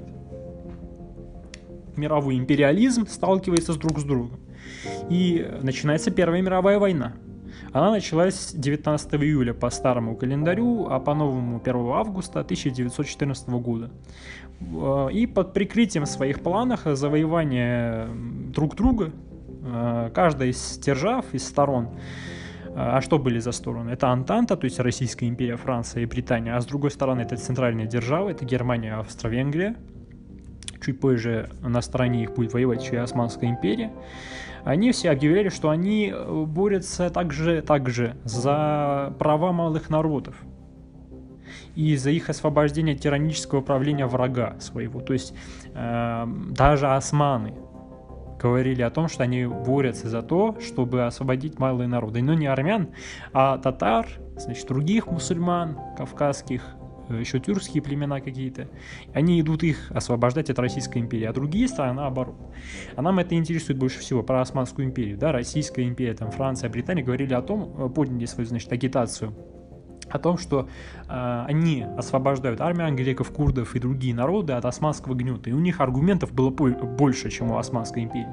Мировой империализм сталкивается друг с другом. И начинается Первая мировая война. Она началась 19 июля по старому календарю, а по новому 1 августа 1914 года. И под прикрытием своих планов завоевания друг друга, каждая из держав, из сторон, а что были за стороны? Это Антанта, то есть Российская империя, Франция и Британия, а с другой стороны это центральные державы, это Германия, Австро-Венгрия. Чуть позже на стороне их будет воевать еще и Османская империя. Они все объявляли, что они борются также за права малых народов и за их освобождение от тиранического правления врага своего. То есть даже османы говорили о том, что они борются за то, чтобы освободить малые народы. Но не армян, а татар, значит, других мусульман, кавказских, еще тюркские племена какие-то. Они идут их освобождать от Российской империи, а другие страны наоборот. А нам это интересует больше всего, про Османскую империю. Да? Российская империя, там, Франция, Британия говорили о том, подняли свою, значит, агитацию о том, что они освобождают армян, греков, курдов и другие народы от османского гнета. И у них аргументов было больше, чем у Османской империи.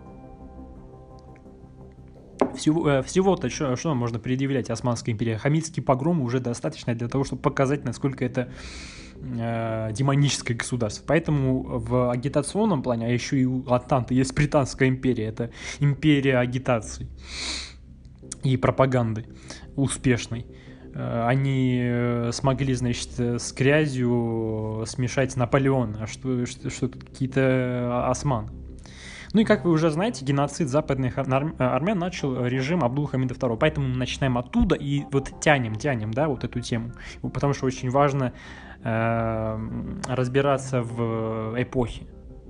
Всего-то что можно предъявлять Османской империи? Хамитские погромы уже достаточно для того, чтобы показать, насколько это демоническое государство. Поэтому в агитационном плане, а еще и у Антанты есть Британская империя, это империя агитации и пропаганды успешной. Они смогли, значит, с грязью смешать Наполеона, что тут какие-то османы. Ну и, как вы уже знаете, геноцид западных армян начал режим Абдул-Хамида II. Поэтому мы начинаем оттуда и вот тянем, да, вот эту тему. Потому что очень важно разбираться в эпохе.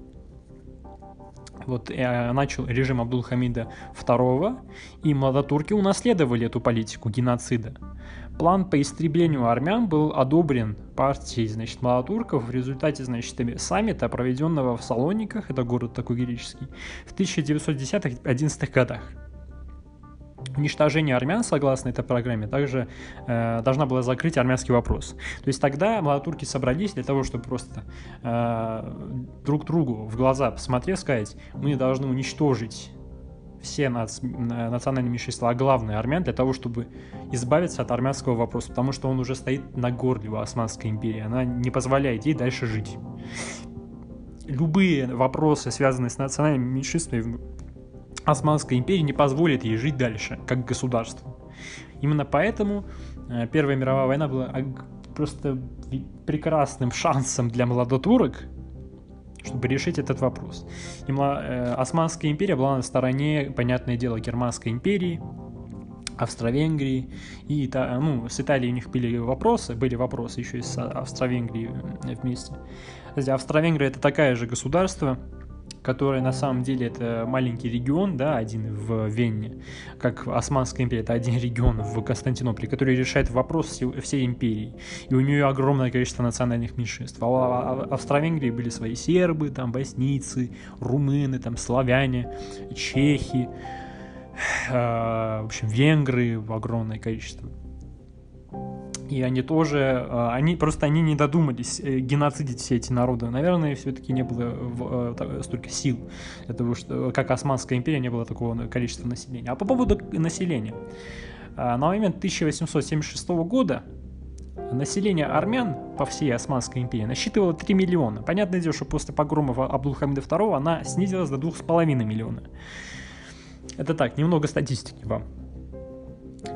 Вот начал режим Абдул-Хамида II, и младотурки унаследовали эту политику геноцида. План по истреблению армян был одобрен партией, значит, младотурков в результате, значит, саммита, проведенного в Салониках, это город такой греческий, в 1910-11 годах. Уничтожение армян, согласно этой программе, также должна была закрыть армянский вопрос. То есть тогда младотурки собрались для того, чтобы просто друг другу в глаза посмотрев, сказать: мы должны уничтожить все национальные меньшинства, а главное армян, для того, чтобы избавиться от армянского вопроса, потому что он уже стоит на горле у Османской империи, она не позволяет ей дальше жить. Любые вопросы, связанные с национальными меньшинствами Османской империи, не позволят ей жить дальше, как государство. Именно поэтому Первая мировая война была просто прекрасным шансом для младотурок, чтобы решить этот вопрос. Османская империя была на стороне, понятное дело, Германской империи, Австро-Венгрии, и с Италией у них были вопросы еще и с Австро-Венгрией вместе. Австро-Венгрия — это такое же государство, которое на самом деле это маленький регион, да, один в Вене, как Османская империя — это один регион в Константинополе, который решает вопрос всей империи. И у нее огромное количество национальных меньшинств. А в Австро-Венгрии были свои сербы, там боснийцы, румыны, там славяне, чехи, в общем, венгры в огромное количество. И они тоже, они не додумались геноцидить все эти народы. Наверное, все-таки не было столько сил для того, что, как Османская империя, не было такого количества населения. А по поводу населения. На момент 1876 года население армян по всей Османской империи насчитывало 3 миллиона. Понятное дело, что после погромов Абдул-Хамида II она снизилась до 2,5 миллиона. Это так, немного статистики вам.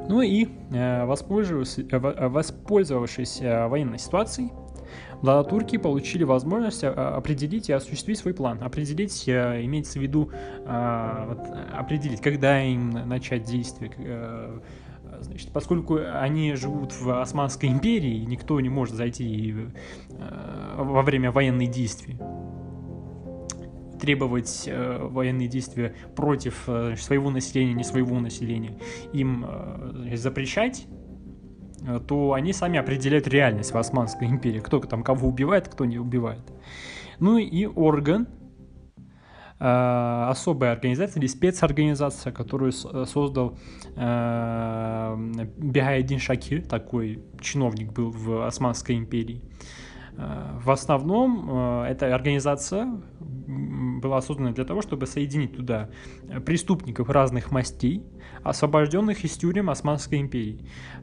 Ну и воспользовавшись военной ситуацией, Влада-турки получили возможность определить и осуществить свой план. Определить, имеется в виду, определить, когда им начать действие. Значит, поскольку они живут в Османской империи, никто не может зайти во время военных действий, требовать военные действия против своего населения, не своего населения, им запрещать, то они сами определяют реальность в Османской империи, кто там кого убивает, кто не убивает. Ну и орган, особая организация или спецорганизация, которую создал Бехаеддин Шакир, такой чиновник был в Османской империи. В основном эта организация была создана для того, чтобы соединить туда преступников разных мастей, освобожденных из тюрем Османской империи.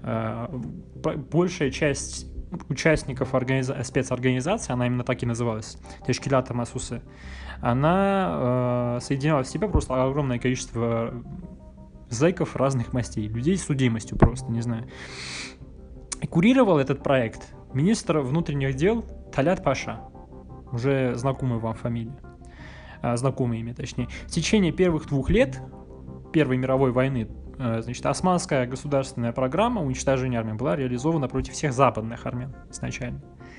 Большая часть участников спецорганизации, она именно так и называлась, Тешкилата Масусе, она соединяла в себе просто огромное количество зэков разных мастей, людей с судимостью просто, не знаю. И курировал этот проект министр внутренних дел Талят Паша, уже знакомая вам фамилия, знакомые имя точнее. В течение первых 2 лет Первой мировой войны, значит, османская государственная программа уничтожения армян была реализована против всех западных армян изначально.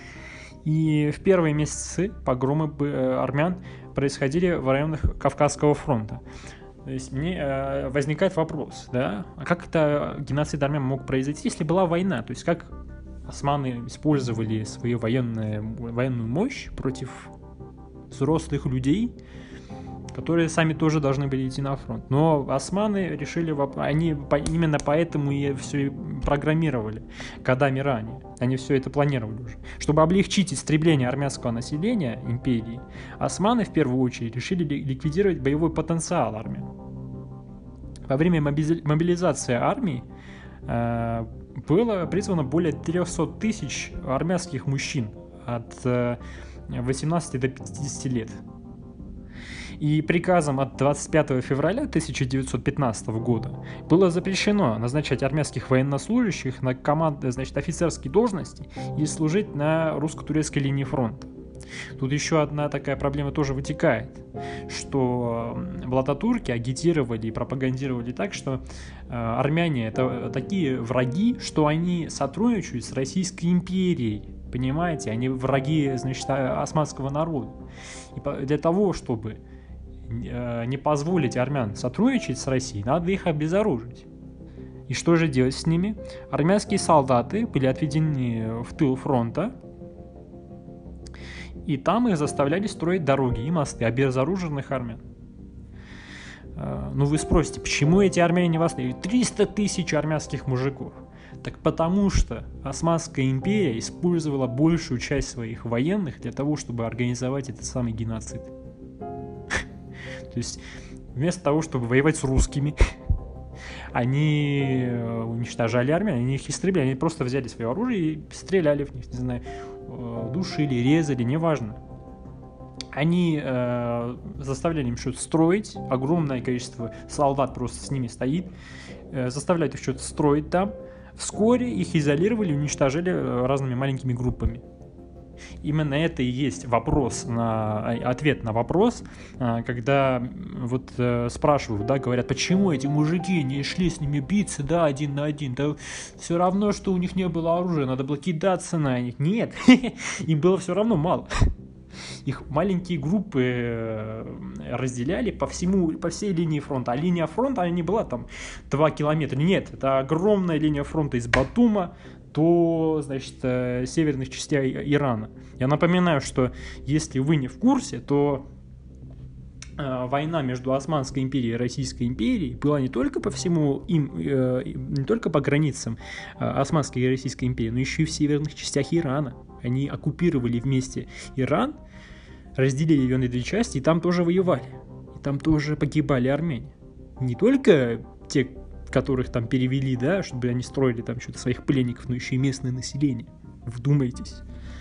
И в первые месяцы погромы армян происходили в районах Кавказского фронта. То есть мне возникает вопрос, да, а как это геноцид армян мог произойти, если была война? То есть как османы использовали свою военную мощь против взрослых людей, которые сами тоже должны были идти на фронт. Но османы решили, они именно поэтому и все программировали годами ранее. Они все это планировали уже. Чтобы облегчить истребление армянского населения империи, османы в первую очередь решили ликвидировать боевой потенциал армян. Во время мобилизации армии было призвано более 300 тысяч армянских мужчин от 18 до 50 лет. И приказом от 25 февраля 1915 года было запрещено назначать армянских военнослужащих на офицерские должности и служить на русско-турецкой линии фронта. Тут еще одна такая проблема тоже вытекает, что влада-турки агитировали и пропагандировали так, что армяне — это такие враги, что они сотрудничают с Российской империей. Понимаете, они враги, значит, османского народа. И для того, чтобы не позволить армян сотрудничать с Россией, надо их обезоружить. И что же делать с ними? Армянские солдаты были отведены в тыл фронта, и там их заставляли строить дороги и мосты обезоруженных армян. Ну вы спросите, почему эти армяне не восстали? 300 тысяч армянских мужиков. Так потому что Османская империя использовала большую часть своих военных для того, чтобы организовать этот самый геноцид. То есть вместо того, чтобы воевать с русскими, они уничтожали армян, они их истребляли, они просто взяли свое оружие и стреляли в них, не знаю, душили, резали, неважно. Они заставляли им что-то строить, огромное количество солдат просто с ними стоит, заставляют их что-то строить там. Вскоре их изолировали и уничтожили разными маленькими группами. Именно это и есть ответ на вопрос, когда вот спрашивают, да, говорят, почему эти мужики не шли с ними биться, да, 1 на 1, да все равно, что у них не было оружия, надо было кидаться на них. Нет, им было все равно мало. Их маленькие группы разделяли по всей линии фронта. А линия фронта, она не была там 2 километра. Нет, это огромная линия фронта из Батума до, значит, северных частей Ирана. Я напоминаю, что если вы не в курсе, то война между Османской империей и Российской империей была не только не только по границам Османской и Российской империи, но еще и в северных частях Ирана. Они оккупировали вместе Иран, разделили ее на 2 части, и там тоже воевали. И там тоже погибали армяне. Не только те, которых там перевели, да, чтобы они строили там что-то своих пленников, но еще и местное население. Вдумайтесь.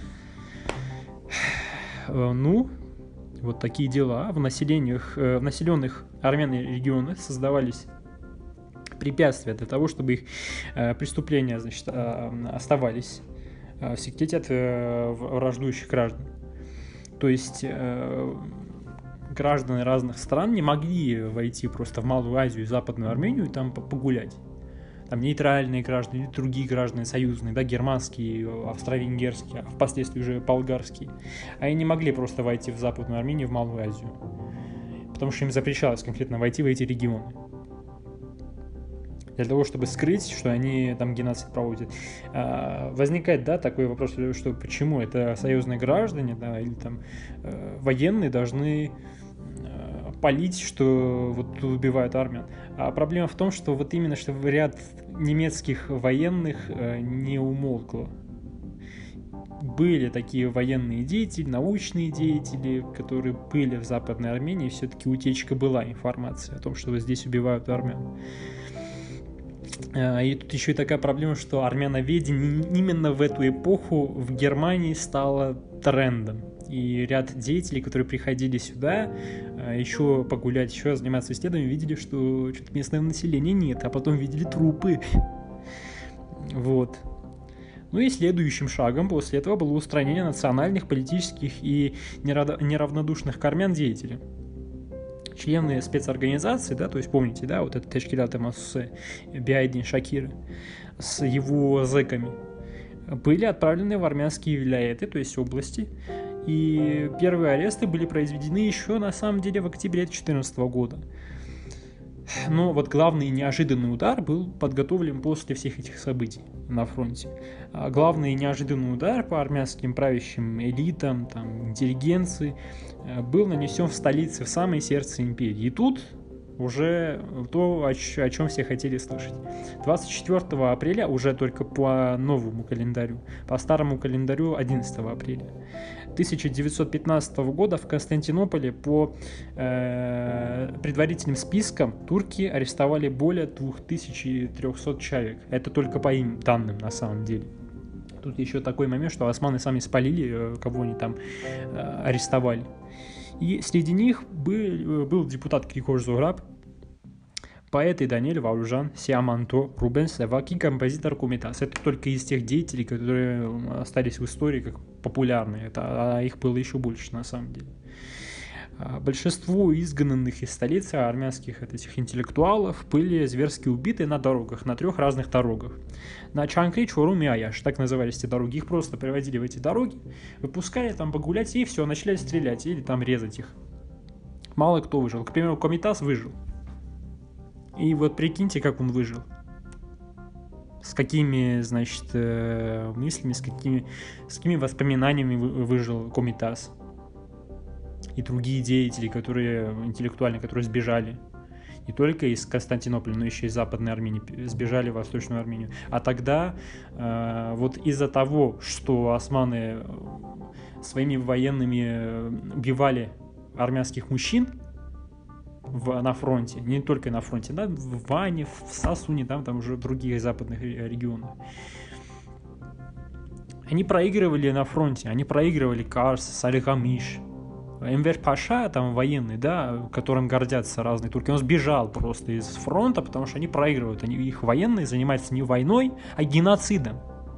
Ну, вот такие дела. В населенных армянных регионах создавались препятствия для того, чтобы их преступления, значит, оставались в секрете от враждующих граждан. То есть граждане разных стран не могли войти просто в Малую Азию и Западную Армению и там погулять. Там нейтральные граждане, другие граждане союзные, да, германские, австро-венгерские, а впоследствии уже болгарские. Они не могли просто войти в Западную Армению, в Малую Азию, потому что им запрещалось конкретно войти в эти регионы. Для того, чтобы скрыть, что они там геноцид проводят. Возникает, да, такой вопрос, что почему это союзные граждане, да, или там военные должны палить, что вот тут убивают армян. А проблема в том, что вот именно, что ряд немецких военных не умолкло. Были такие военные деятели, научные деятели, которые были в Западной Армении, и все-таки утечка была информации о том, что вот здесь убивают армян. И тут еще и такая проблема, что армяноведение именно в эту эпоху в Германии стало трендом. И ряд деятелей, которые приходили сюда еще погулять, еще заниматься исследованием, видели, что что-то местного населения нет, а потом видели трупы. Вот. Ну и следующим шагом после этого было устранение национальных, политических и неравнодушных к армян деятелей. Члены спецорганизации, да, то есть помните, да, вот этот Тешкилат Эмасусе, Биайдин Шакир с его зэками, были отправлены в армянские вилаяты, то есть области, и первые аресты были произведены еще, на самом деле, в октябре 2014 года. Но вот главный неожиданный удар был подготовлен после всех этих событий на фронте. Главный неожиданный удар по армянским правящим элитам, там, интеллигенции был нанесен в столице, в самое сердце империи. И тут уже то, о чем все хотели слышать. 24 апреля, уже только по новому календарю, по старому календарю 11 апреля 1915 года в Константинополе по предварительным спискам турки арестовали более 2300 человек. Это только по им данным на самом деле. Тут еще такой момент, что османы сами спалили, кого они там арестовали. И среди них был депутат Григорий Зураб, поэты Даниэль Ваужан, Сиаманто, Рубен Севак и композитор Кумитас. Это только из тех деятелей, которые остались в истории как популярные. А их было еще больше на самом деле. Большинство изгнанных из столицы армянских этих интеллектуалов были зверски убиты на дорогах, на 3 разных дорогах. На Чанкри, Чорум и Аяш, так назывались эти дороги. Их просто приводили в эти дороги, выпускали там погулять и все, начали стрелять или там резать их. Мало кто выжил. К примеру, Комитас выжил. И вот прикиньте, как он выжил. С какими, значит, мыслями, с какими воспоминаниями выжил Комитас. И другие деятели, которые интеллектуально, которые сбежали. Не только из Константинополя, но еще из Западной Армении, сбежали в Восточную Армению. А тогда вот из-за того, что османы своими военными убивали армянских мужчин на фронте, не только на фронте, да, в Ване, в Сасуне, там уже в других западных регионах. Они проигрывали на фронте, они проигрывали Карс, Салихамиш, Энвер Паша, там военный, да, которым гордятся разные турки, он сбежал просто из фронта, потому что они проигрывают, их военные занимаются не войной, а геноцидом.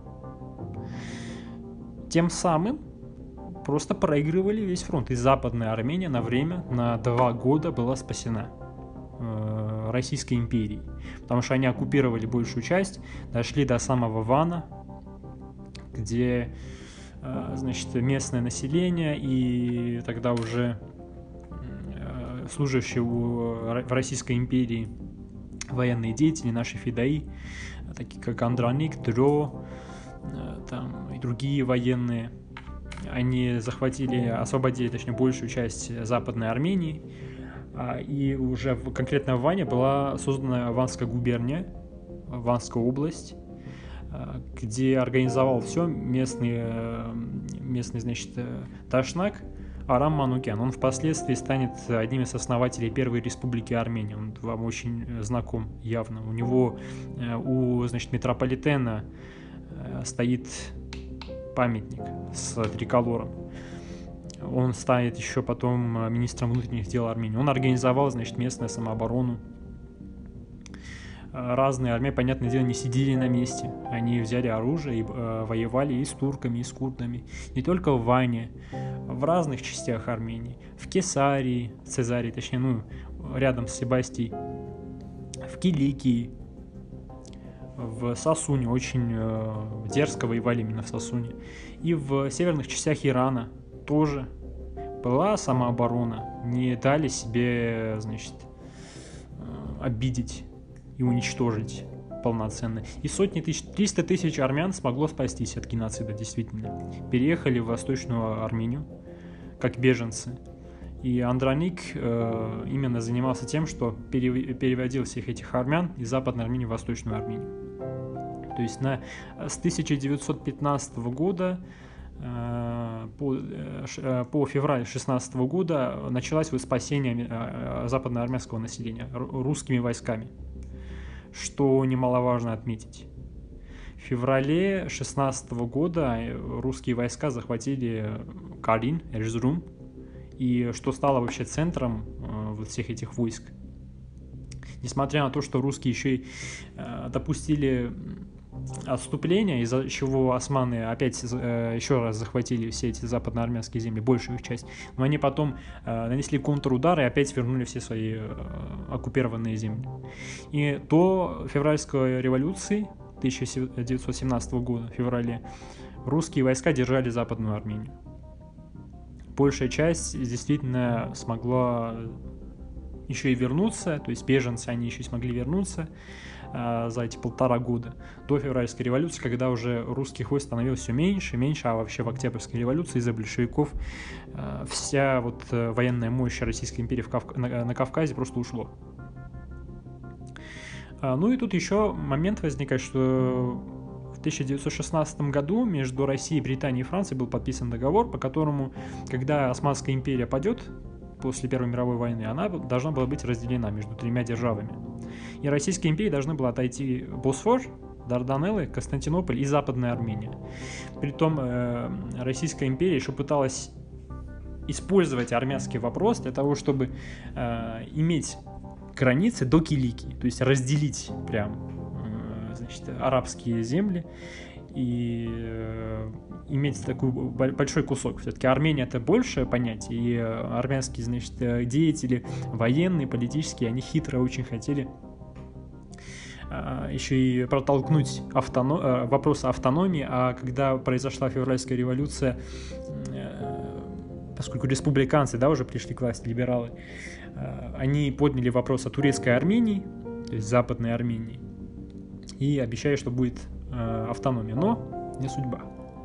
Тем самым просто проигрывали весь фронт. И Западная Армения на время, на 2 года была спасена Российской империей. Потому что они оккупировали большую часть, дошли до самого Вана, где, значит, местное население и тогда уже служащие в Российской империи военные деятели, наши фидаи, такие как Андроник, Дро, там и другие военные, они освободили, точнее, большую часть Западной Армении, и уже конкретно в Ване была создана Ванская губерния, Ванская область, где организовал все местный, значит, Дашнак Арам Манукян. Он впоследствии станет одним из основателей Первой Республики Армения. Он вам очень знаком явно. У него, значит, митрополитена стоит памятник с триколором. Он станет еще потом министром внутренних дел Армении. Он организовал, значит, местную самооборону. разные армии, понятное дело, не сидели на месте. Они взяли оружие и воевали и с турками, и с курдами. Не только в Ване, в разных частях Армении. В Кесарии, Цезарии, точнее, рядом с Себастией. В Киликии, в Сасуне, очень дерзко воевали именно в Сасуне. И в северных частях Ирана тоже была самооборона. Не дали себе, значит, обидеть и уничтожить полноценно. И 300 тысяч армян смогло спастись от геноцида, действительно. Переехали в Восточную Армению как беженцы. И Андроник именно занимался тем, что переводил всех этих армян из Западной Армении в Восточную Армению. То есть с 1915 года по февраль 16 года началось спасение западноармянского населения русскими войсками, что немаловажно отметить. В феврале 16 года русские войска захватили Карин, Эрзурум, и что стало вообще центром вот всех этих войск. Несмотря на то, что русские еще и допустили отступление, из-за чего османы опять еще раз захватили все эти западноармянские земли, большую их часть, но они потом нанесли контрудар и опять вернули все свои оккупированные земли. И до февральской революции 1917 года, в феврале, русские войска держали Западную Армению. Большая часть действительно смогла еще и вернуться, то есть беженцы, они еще и смогли вернуться за эти 1,5 года до февральской революции, когда уже русских войск становилось все меньше и меньше, а вообще в Октябрьской революции из-за большевиков вся вот военная мощь Российской империи на Кавказе просто ушло. Ну и тут еще момент возникает, что в 1916 году между Россией, Британией и Францией был подписан договор, по которому, когда Османская империя падет после Первой мировой войны, она должна была быть разделена между 3 державами. И Российской империи должны были отойти Босфор, Дарданеллы, Константинополь и Западная Армения. Притом Российская империя еще пыталась использовать армянский вопрос для того, чтобы иметь границы до Киликии, то есть разделить прям, значит, арабские земли и иметь такой большой кусок. Все-таки Армения — это большее понятие, и армянские, значит, деятели, военные, политические, они хитро очень хотели еще и протолкнуть вопрос автономии, а когда произошла февральская революция, поскольку республиканцы, уже пришли к власти, либералы, они подняли вопрос о турецкой Армении, то есть Западной Армении, и обещали, что будет автономия, но не судьба.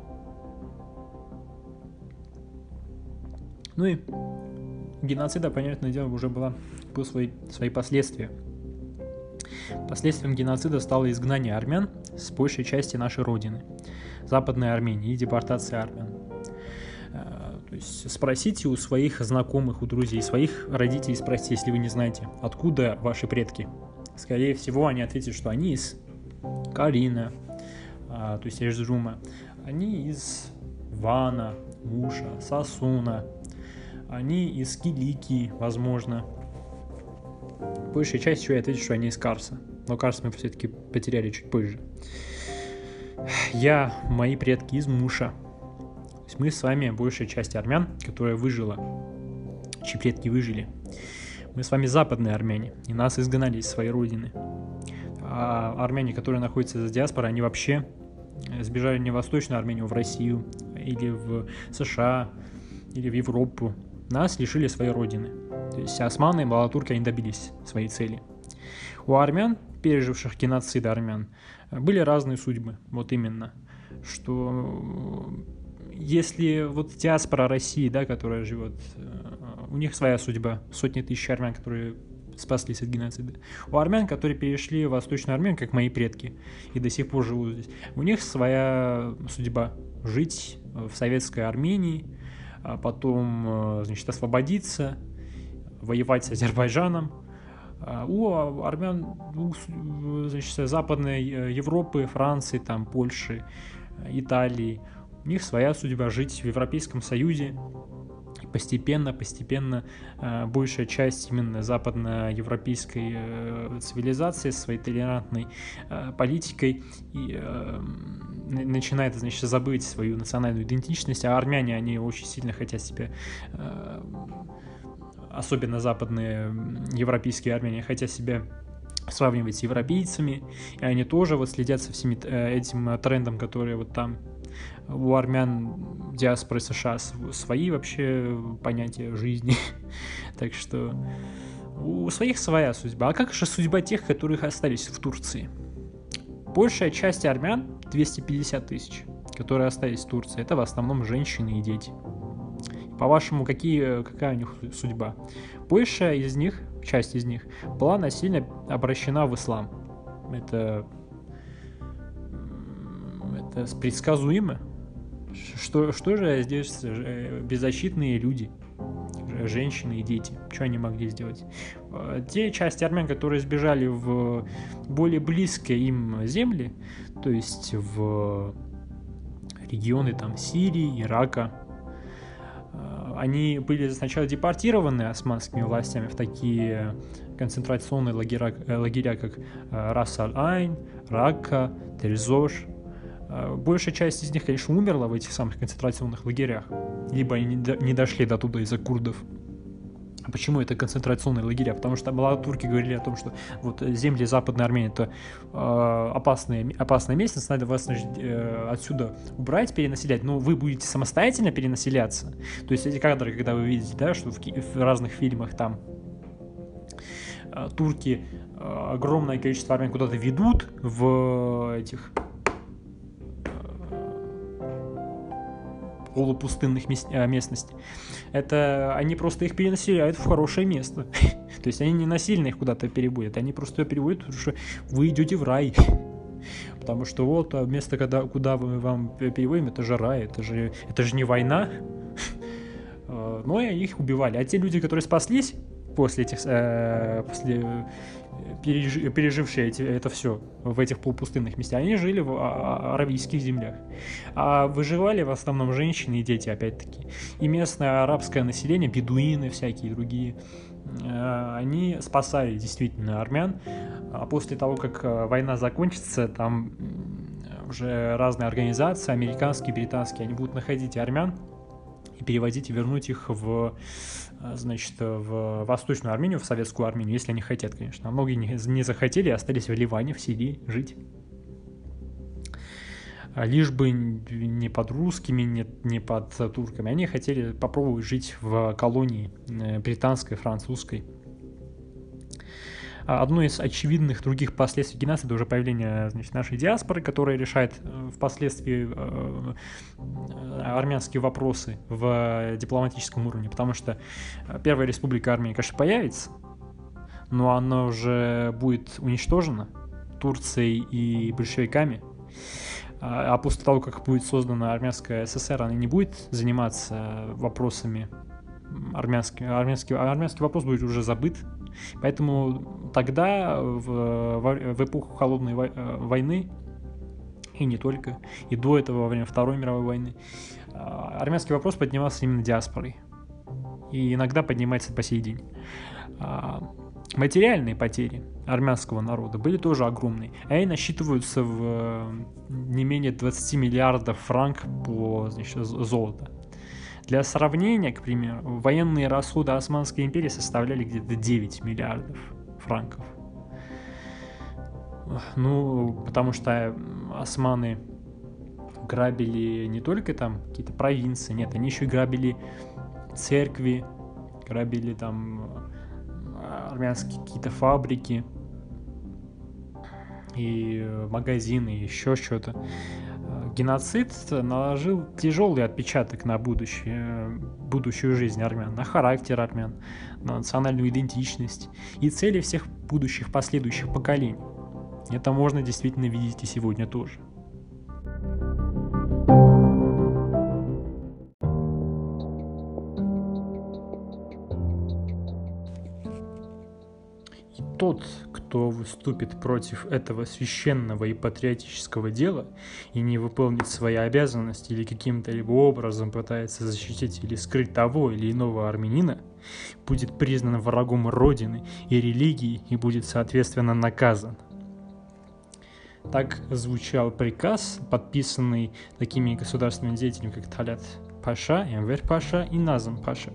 Ну и геноцида, понятное дело, уже был свои последствия. Последствием геноцида стало изгнание армян с большей части нашей родины, Западной Армении, и депортация армян. То есть спросите у своих знакомых, у друзей, своих родителей, спросите, если вы не знаете, откуда ваши предки. Скорее всего, они ответят, что они из Карина, то есть Эрзурума, они из Вана, Уша, Сасуна, они из Киликии, возможно. Большая часть еще ответит, что они из Карса, но Карс мы все-таки потеряли чуть позже. Мои предки из Муша. То есть мы с вами, большая часть армян, которая выжила, чьи предки выжили. Мы с вами западные армяне, и нас изгнали из своей родины. А армяне, которые находятся за диаспорой, они вообще сбежали не в Восточную Армению, а в Россию, или в США, или в Европу. Нас лишили своей родины. То есть османы и балатурки, они добились своей цели. У армян, переживших геноцид армян, были разные судьбы. Вот именно. Что если вот диаспора России, которая живет, у них своя судьба. Сотни тысяч армян, которые спаслись от геноцида. У армян, которые перешли в Восточную Армению, как мои предки, и до сих пор живут здесь, у них своя судьба. Жить в советской Армении, а потом, значит, освободиться, воевать с Азербайджаном. У армян, значит, Западной Европы, Франции, Польши, Италии, у них своя судьба. Жить в Европейском Союзе, И постепенно большая часть именно западноевропейской цивилизации своей толерантной политикой начинает, значит, забыть свою национальную идентичность, а армяне, они очень сильно хотят себя, особенно западные европейские армяне, хотят себя сравнивать с европейцами, и они тоже вот следят со всеми этим трендом, которые вот там у армян диаспоры США свои вообще понятия жизни. Так что у своих своя судьба. А как же судьба тех, которых остались в Турции? Большая часть армян, 250 тысяч, которые остались в Турции, это в основном женщины и дети. По-вашему, какая у них судьба? Большая из них, часть из них, была насильно обращена в ислам. Это предсказуемо. Что же здесь беззащитные люди, женщины и дети? Что они могли сделать? Те части армян, которые сбежали в более близкие им земли, то есть в регионы там Сирии, Ирака, они были сначала депортированы османскими властями в такие концентрационные лагеря как Рас-аль-Айн, Ракка, Тель-Зош. Большая часть из них, конечно, умерла в этих самых концентрационных лагерях, либо они не дошли до туда из-за курдов. А почему это концентрационные лагеря? Потому что турки говорили о том, что вот земли Западной Армении это опасная местность, надо вас, значит, отсюда убрать, перенаселять, но вы будете самостоятельно перенаселяться. То есть эти кадры, когда вы видите, да, что в разных фильмах там турки огромное количество армян куда-то ведут в этих полупустынных местностей. Это они просто их перенаселяют в хорошее место. То есть они не насильно их куда-то переводят, они просто переводят, потому что вы идете в рай. Потому что вот место, куда мы вам переводим, это же рай, это же не война. Но их убивали. А те люди, которые спаслись после пережившие это все в этих полупустынных местах, они жили в аравийских землях. А выживали в основном женщины и дети, опять-таки. И местное арабское население, бедуины всякие другие, они спасали действительно армян. А после того, как война закончится, там уже разные организации, американские, британские, они будут находить армян и переводить и вернуть их в Восточную Армению, в Советскую Армению, если они хотят, конечно. А многие не захотели и остались в Ливане, в Сирии жить. Лишь бы не под русскими, не под турками. Они хотели попробовать жить в колонии британской, французской. Одно из очевидных других последствий геноцида — это уже появление, значит, нашей диаспоры, которая решает впоследствии армянские вопросы в дипломатическом уровне, потому что Первая Республика Армении, конечно, появится, но она уже будет уничтожена Турцией и большевиками. А после того, как будет создана Армянская ССР, она не будет заниматься вопросами армянский вопрос будет уже забыт. Поэтому тогда, в эпоху Холодной войны, и не только, и до этого, во время Второй мировой войны, армянский вопрос поднимался именно диаспорой. И иногда поднимается по сей день. Материальные потери армянского народа были тоже огромные. Они насчитываются в не менее 20 миллиардов франков по, значит, золота. Для сравнения, к примеру, военные расходы Османской империи составляли где-то 9 миллиардов франков. Ну, потому что османы грабили не только там какие-то провинции, нет, они еще и грабили церкви, грабили там армянские какие-то фабрики и магазины, еще что-то. Геноцид наложил тяжелый отпечаток на будущую жизнь армян, на характер армян, на национальную идентичность и цели всех будущих последующих поколений. Это можно действительно видеть и сегодня тоже. И тот, кто выступит против этого священного и патриотического дела и не выполнит свои обязанности или каким-то либо образом пытается защитить или скрыть того или иного армянина, будет признан врагом Родины и религии и будет соответственно наказан. Так звучал приказ, подписанный такими государственными деятелями, как Талят Паша, Энвер Паша и Назым Паша.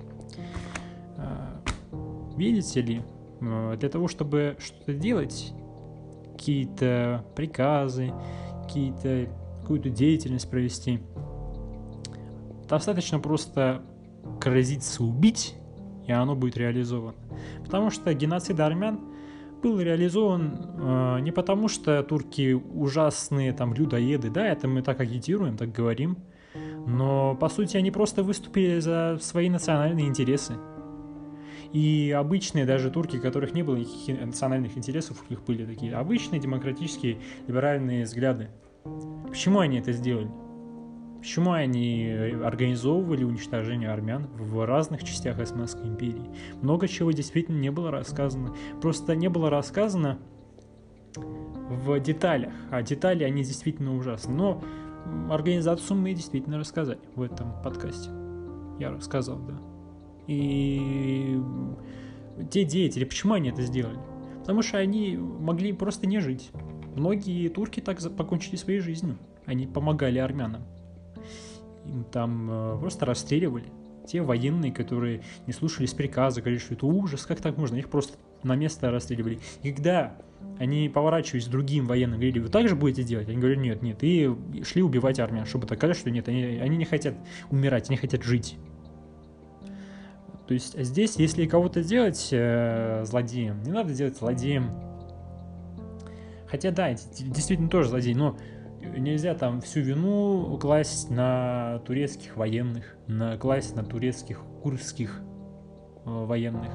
Видите ли, для того, чтобы что-то делать, какие-то приказы, какую-то деятельность провести, достаточно просто грозиться убить, и оно будет реализовано. Потому что геноцид армян был реализован не потому, что турки ужасные там людоеды, да, это мы так агитируем, так говорим, но по сути они просто выступили за свои национальные интересы. И обычные даже турки, у которых не было никаких национальных интересов, у них были такие обычные демократические либеральные взгляды. Почему они это сделали? Почему они организовывали уничтожение армян в разных частях Османской империи? Много чего действительно не было рассказано. Просто не было рассказано в деталях. А детали, они действительно ужасны. Но организацию мы действительно рассказали в этом подкасте. Я рассказал, да. И те деятели, почему они это сделали? Потому что они могли просто не жить. Многие турки так покончили своей жизнью. Они помогали армянам. Им там просто расстреливали. Те военные, которые не слушались приказа, говорили, что это ужас, как так можно? Их просто на место расстреливали. И когда они поворачивались к другим военным, говорили, вы так же будете делать? Они говорили, нет. И шли убивать армян, чтобы доказать, что нет, они не хотят умирать, они хотят жить. То есть здесь, если кого-то делать злодеем, не надо делать злодеем. Хотя да, действительно тоже злодей, но нельзя там всю вину класть на турецких военных, класть на турецких курдских военных.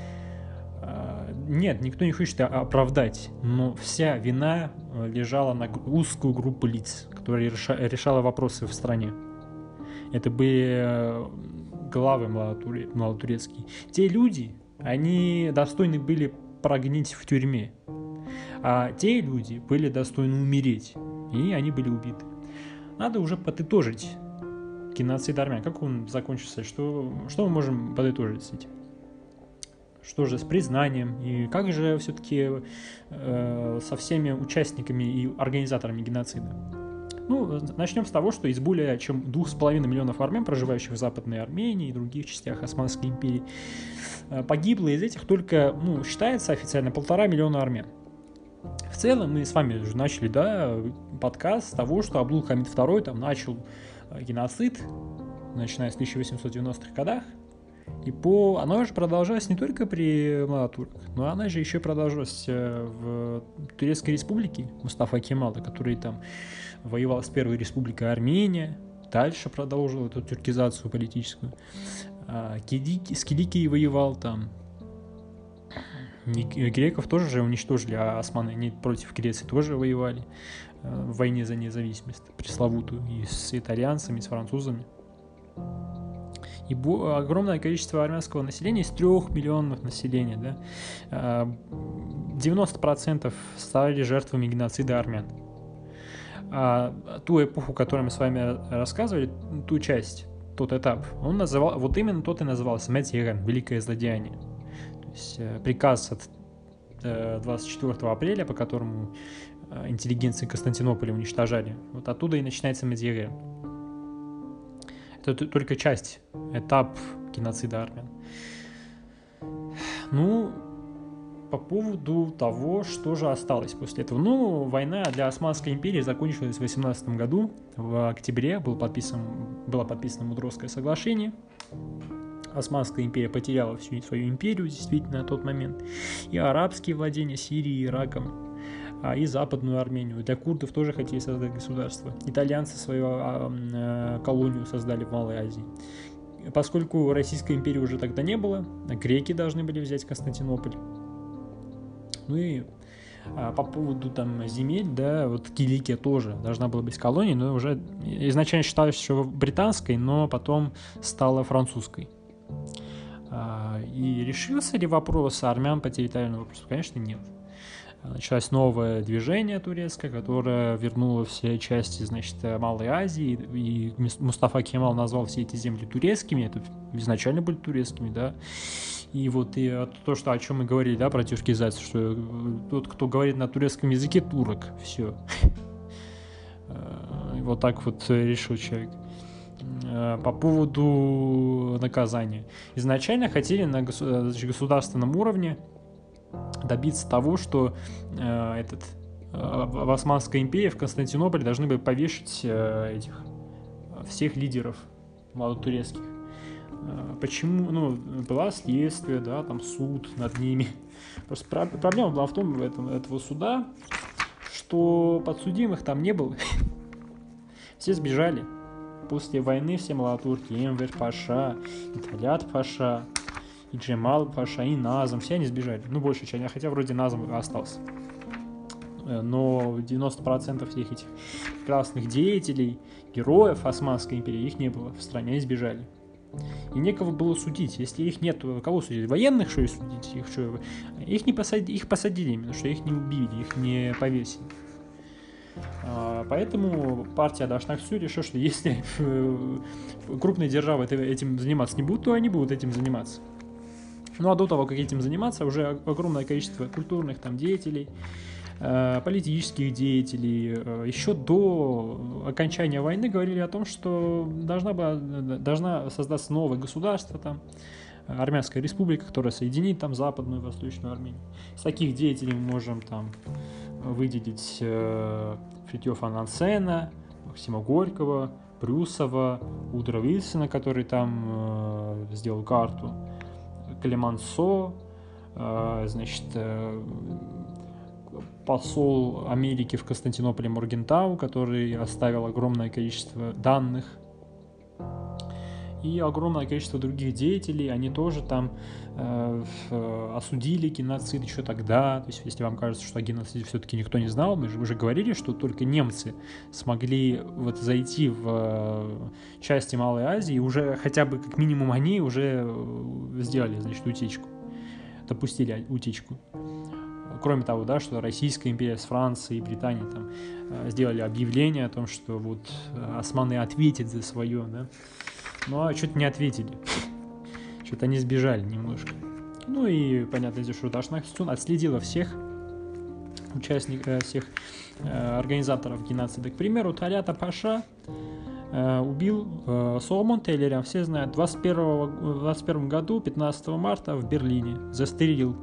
Нет, никто не хочет оправдать, но вся вина лежала на узкую группу лиц, которая решала вопросы в стране. Это были главы малотурецкие. Те люди, они достойны были прогнить в тюрьме, а те люди были достойны умереть, и они были убиты. Надо уже подытожить геноцид армян. Как он закончится? Что мы можем подытожить с этим? Что же с признанием? И как же все-таки со всеми участниками и организаторами геноцида? Ну, начнем с того, что из более чем 2,5 миллионов армян, проживающих в Западной Армении и других частях Османской империи, погибло из этих только, считается официально, 1,5 миллиона армян. В целом, мы с вами уже начали, подкаст с того, что Абдул-Хамид II там начал геноцид, начиная с 1890-х годах, и она же продолжалась не только при малотурках, но она же еще продолжалась в Турецкой республике Мустафа Кемала, который там воевал с Первой республикой Армения, дальше продолжил эту тюркизацию политическую. С Киликией воевал там. Греков тоже же уничтожили, а османы они против Греции тоже воевали в войне за независимость, пресловутую, и с итальянцами, и с французами. И огромное количество армянского населения, из 3 миллионов населения, 90% стали жертвами геноцида армян. Ту эпоху, которую мы с вами рассказывали, ту часть, тот этап, он называл, вот именно тот и назывался Мет-Еган, Великое злодеяние. То есть приказ от 24 апреля, по которому интеллигенции Константинополя уничтожали, вот оттуда и начинается Мет-Еган. Это только часть, этап геноцида армян. По поводу того, что же осталось после этого. Война для Османской империи закончилась в 18 году. В октябре было подписано Мудросское соглашение. Османская империя потеряла всю свою империю, действительно, на тот момент. И арабские владения Сирией, Ираком, и Западную Армению. Для курдов тоже хотели создать государство. Итальянцы свою колонию создали в Малой Азии. Поскольку Российской империи уже тогда не было, греки должны были взять Константинополь. И по поводу земель, Киликия тоже должна была быть колонией, но уже изначально считалась еще британской, но потом стала французской. И решился ли вопрос армян по территориальному вопросу? Конечно, нет. Началось новое движение турецкое, которое вернуло все части, значит, Малой Азии, и Мустафа Кемал назвал все эти земли турецкими, это изначально были турецкими, да. И вот и то, что, о чем мы говорили, да, про тюркизацию, что тот, кто говорит на турецком языке, турок, все. Вот так вот решил человек. По поводу наказания. Изначально хотели на государственном уровне добиться того, что в Османской империи в Константинополе должны были повешать всех лидеров малотурецких. Почему? Ну, было следствие, да, там суд над ними. Просто проблема была в том, этого суда, что подсудимых там не было. Все сбежали. После войны все малотурки, Энвер Паша, и Талят Паша, и Джемал Паша, и Назым, все они сбежали. Ну, большая часть, хотя вроде Назым остался. Но 90% всех этих красных деятелей, героев Османской империи, их не было в стране, и сбежали. И некого было судить. Если их нет, кого судить? Военных, что ли, судить? Их не посадили, их посадили именно, что их не убили, их не повесили. Поэтому партия Дашнаксу решила, что если крупные державы этим заниматься не будут, то они будут этим заниматься. Ну а до того, как этим заниматься, уже огромное количество культурных там деятелей, политических деятелей еще до окончания войны говорили о том, что должна создаться новое государство, там, Армянская республика, которая соединит там Западную и Восточную Армению. Из таких деятелей мы можем там выделить Фритьёфа Нансена, Максима Горького, Брюсова, Удра Вильсона, который там сделал карту, Клемансо, значит, посол Америки в Константинополе Моргентау, который оставил огромное количество данных, и огромное количество других деятелей, они тоже там осудили геноцид еще тогда. То есть, если вам кажется, что о геноциде все-таки никто не знал, мы же уже говорили, что только немцы смогли вот зайти в части Малой Азии, и уже хотя бы как минимум они уже сделали, значит, утечку, допустили утечку. Кроме того, да, что Российская империя с Францией и Британией там сделали объявление о том, что вот османы ответят за свое, да. Ну, а что-то не ответили. Что-то они сбежали немножко. Ну и, понятно, что Дашнаксун отследила всех участников, всех организаторов геноцида. К примеру, Талята Паша убил Соломон Тейлера, все знают, в 21 году, 15 марта в Берлине. Застрелил.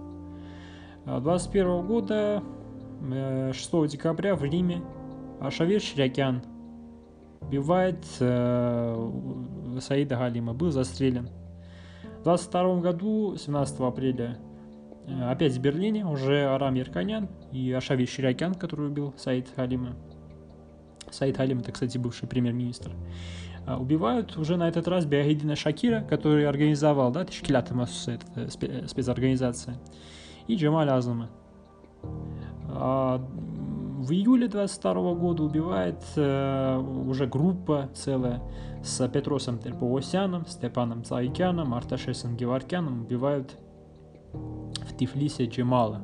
21 года, 6 декабря в Риме, Ашавир Ширякян убивает Саида Галима, был застрелен. В 22 году, 17 апреля, опять в Берлине, уже Арам Ерканян и Ашавир Ширякян, который убил Саид Галима. Саид Галим, это, кстати, бывший премьер-министр. Убивают уже на этот раз Биагиддина Шакира, который организовал, да, Тешкилат Масуса, это спецорганизация, и Джамаля Азама. В июле 22 года убивает уже группа целая с Петросом Терпоосяном, Степаном Цаикяном, Арташесом Геворкяном, убивают в Тифлисе Джемал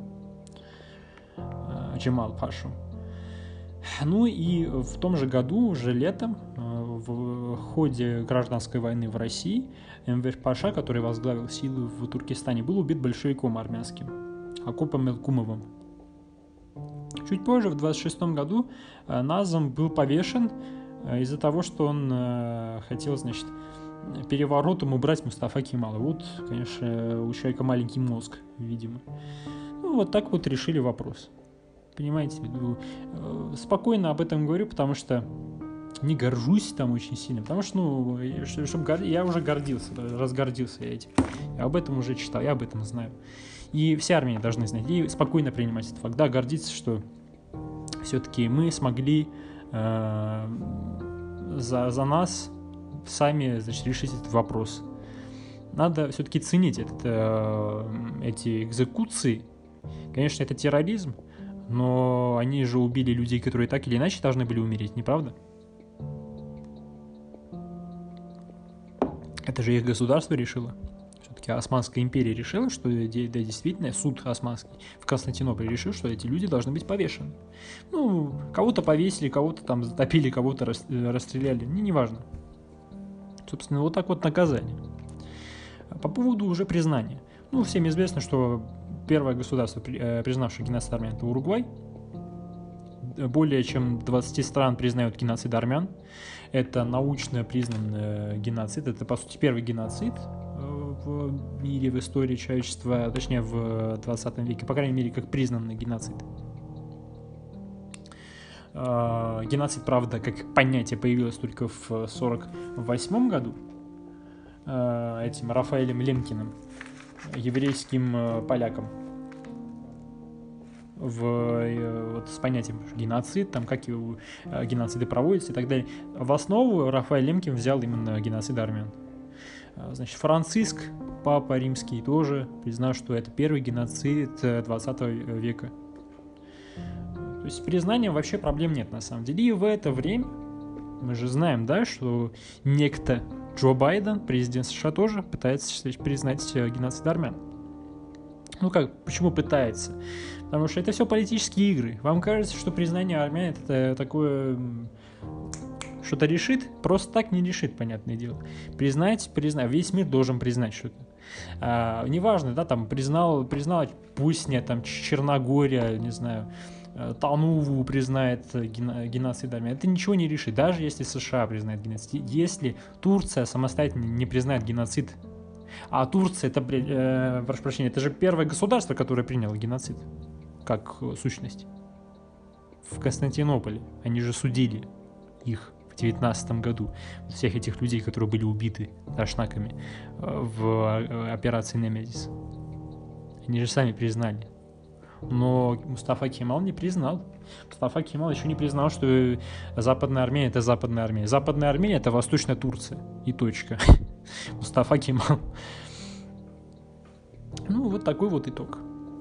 Пашу. Ну и в том же году, уже летом, в ходе гражданской войны в России, Энвер Паша, который возглавил силы в Туркестане, был убит большевиком армянским, Акопом Мелкумовым. Чуть позже, в 26 году, Назым был повешен из-за того, что он хотел, значит, переворотом убрать Мустафа Кемала. Вот, конечно, у человека маленький мозг, видимо. Ну, вот так вот решили вопрос. Понимаете, спокойно об этом говорю, потому что не горжусь там очень сильно, потому что, ну, я уже разгордился я этим. Я об этом уже читал, я об этом знаю. И все армяне должны знать, и спокойно принимать этот факт, да, гордиться, что все-таки мы смогли за нас сами, значит, решить этот вопрос. Надо все-таки ценить эти экзекуции. Конечно, это терроризм, но они же убили людей, которые так или иначе должны были умереть, не правда? Это же их государство решило. все-таки Османская империя решила, что да, действительно суд османский в Константинополе решил, что эти люди должны быть повешены. Ну, кого-то повесили, кого-то там затопили, кого-то расстреляли, неважно. Собственно, вот так вот наказали. По поводу уже признания. Ну, всем известно, что первое государство, признавшее геноцид армян, это Уругвай. Более чем 20 стран признают геноцид армян. Это научно признанный геноцид. Это, по сути, первый геноцид в мире, в истории человечества, точнее, в 20 веке, по крайней мере, как признанный геноцид. Геноцид, правда, как понятие появилось только в 1948 году этим Рафаэлем Лемкиным, еврейским поляком. Вот с понятием геноцид, там, как геноциды проводятся и так далее. В основу Рафаэль Лемкин взял именно геноцид армян. Значит, Франциск, папа римский, тоже признал, что это первый геноцид 20 века. То есть с признанием вообще проблем нет на самом деле. И в это время мы же знаем, да, что некто Джо Байден, президент США, тоже пытается признать геноцид армян. Ну как, почему пытается? Потому что это все политические игры. Вам кажется, что признание армян это такое... Что-то решит? Просто так не решит, понятное дело. Признать. Весь мир должен признать что-то. Неважно, да, там признал, пусть нет, там Черногория, не знаю, Тануву признает геноцид армян. Это ничего не решит, даже если США признает геноцид. Если Турция самостоятельно не признает геноцид, а Турция, прошу прощения, это же первое государство, которое приняло геноцид как сущность. В Константинополе. Они же судили их в 19 году. Всех этих людей, которые были убиты дашнаками в операции Немезис. Они же сами признали. Но Мустафа Кемал не признал. Мустафа Кемал еще не признал, что Западная Армения — это Западная Армения. Западная Армения — это Восточная Турция. И точка. Мустафа Кемал. Ну, вот такой вот итог.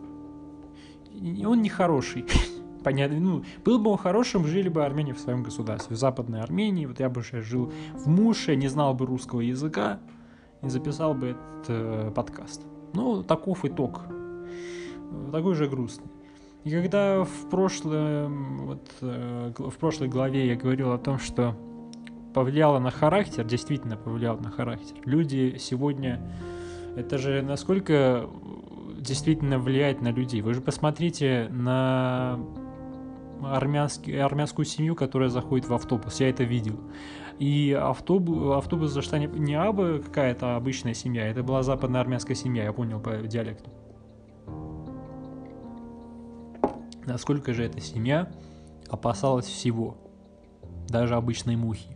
И он не хороший. Понятно. Ну, был бы он хорошим, жили бы армяне в своем государстве. В Западной Армении. Вот я бы сейчас жил в Муше, не знал бы русского языка и записал бы этот подкаст. Ну, таков итог. Такой же грустный. И когда в прошлой главе я говорил о том, что повлияло на характер, действительно повлияло на характер. Люди сегодня, это же насколько действительно влияет на людей. Вы же посмотрите на армянскую семью, которая заходит в автобус. Я это видел. И автобус зашла не абы какая-то обычная семья, это была западноармянская семья, я понял по диалекту. Насколько же эта семья опасалась всего, даже обычной мухи.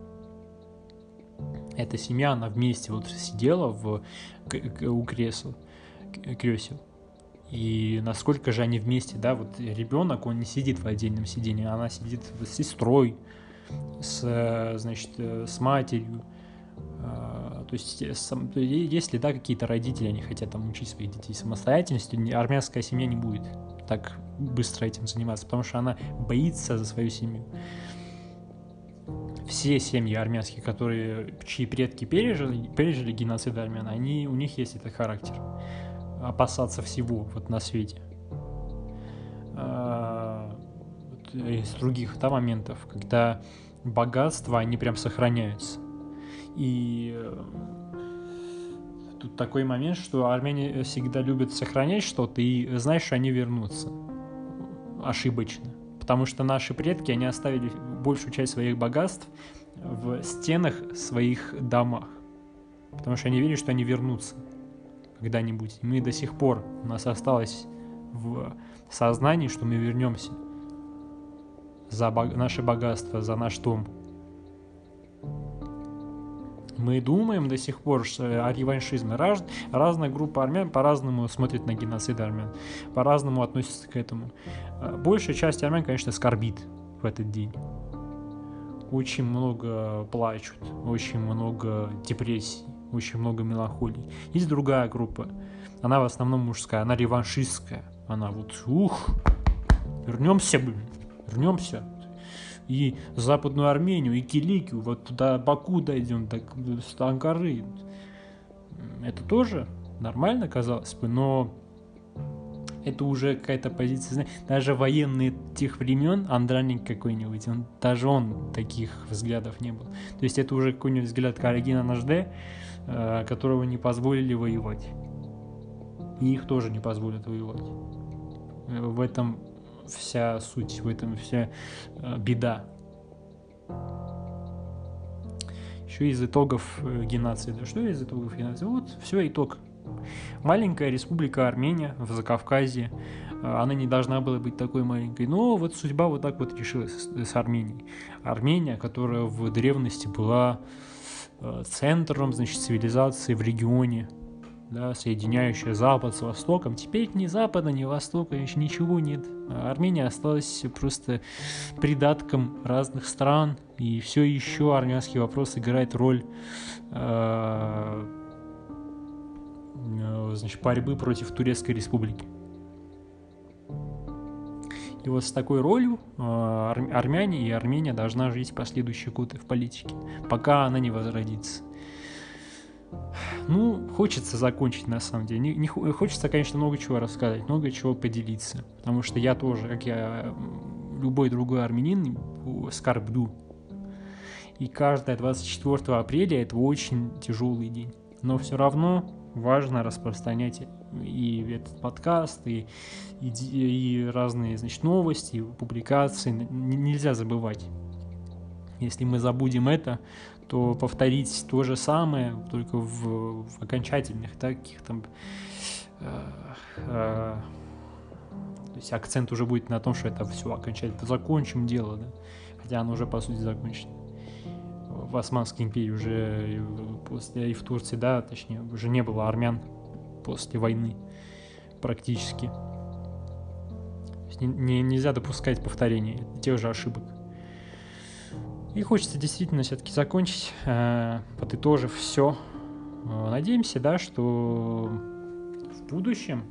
Эта семья, она вместе вот сидела у кресел. И насколько же они вместе, да, вот ребенок, он не сидит в отдельном сидении, она сидит с сестрой, с матерью. То есть, если, да, какие-то родители, они хотят там учить своих детей самостоятельности, армянская семья не будет так быстро этим заниматься, потому что она боится за свою семью. Все семьи армянские, чьи предки пережили геноцид армян, у них есть этот характер. Опасаться всего вот на свете. Из других моментов, когда богатства, они прям сохраняются. И тут такой момент, что армяне всегда любят сохранять что-то и знают, что они вернутся. Ошибочно. Потому что наши предки, они оставили большую часть своих богатств в стенах своих домах. Потому что они верят, что они вернутся когда-нибудь. И мы до сих пор, у нас осталось в сознании, что мы вернемся за наше богатство, за наш дом. Мы думаем до сих пор о реваншизме. Разная группа армян по-разному смотрит на геноцид армян, по-разному относится к этому. Большая часть армян, конечно, скорбит в этот день. Очень много плачут, очень много депрессий, очень много меланхолии. Есть другая группа, она в основном мужская, она реваншистская. Она вот, вернемся. И Западную Армению, и Киликию, вот туда Баку дойдем, до Анкары. Это тоже нормально, казалось бы, но это уже какая-то позиция, даже военные тех времен, Андраник какой-нибудь, даже он таких взглядов не был. То есть это уже какой-нибудь взгляд Карагина Нажде, которого не позволили воевать. И их тоже не позволят воевать. В этом вся суть, в этом вся беда. Еще из итогов геноцида. Что из итогов геноцида? Вот, все, итог. Маленькая республика Армения в Закавказье, она не должна была быть такой маленькой, но вот судьба вот так вот решилась с Арменией. Армения, которая в древности была центром, значит, цивилизации в регионе, да, соединяющая Запад с Востоком. Теперь ни Запада, ни Востока еще ничего нет. Армения осталась просто придатком разных стран, и все еще армянский вопрос играет роль значит, борьбы против Турецкой республики. И вот с такой ролью армяне и Армения должна жить последующие годы в политике, пока она не возродится. Ну, хочется закончить, на самом деле. Не хочется, конечно, много чего рассказать, много чего поделиться. Потому что я тоже, как я, любой другой армянин, скорблю. И каждое 24 апреля это очень тяжелый день. Но все равно важно распространять и этот подкаст, и разные, значит, новости, публикации. Нельзя забывать. Если мы забудем это, то повторить то же самое, только в окончательных таких там... то есть акцент уже будет на том, что это все окончательно закончим дело, да? Хотя оно уже по сути закончено. В Османской империи уже после, и в Турции, да, точнее, уже не было армян после войны практически. Нельзя допускать повторения тех же ошибок. И хочется действительно все-таки закончить, подытожив все. Надеемся, да, что в будущем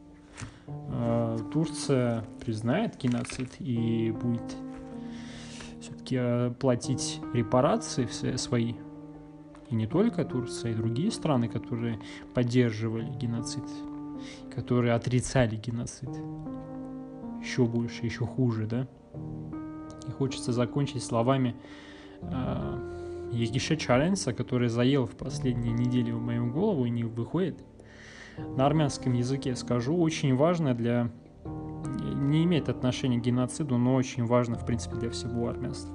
Турция признает геноцид и будет все-таки платить репарации свои. И не только Турция, и другие страны, которые поддерживали геноцид, которые отрицали геноцид. Еще больше, еще хуже, да? И хочется закончить словами Егише Чаренса, который заел в последние недели в мою голову и не выходит. На армянском языке скажу, очень важно для... Не имеет отношения к геноциду, но очень важно, в принципе, для всего армянства.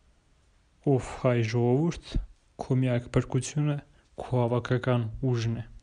Ով հայ ժողովուրդ, քո միակ փրկությունը քո հավաքական ուժն է։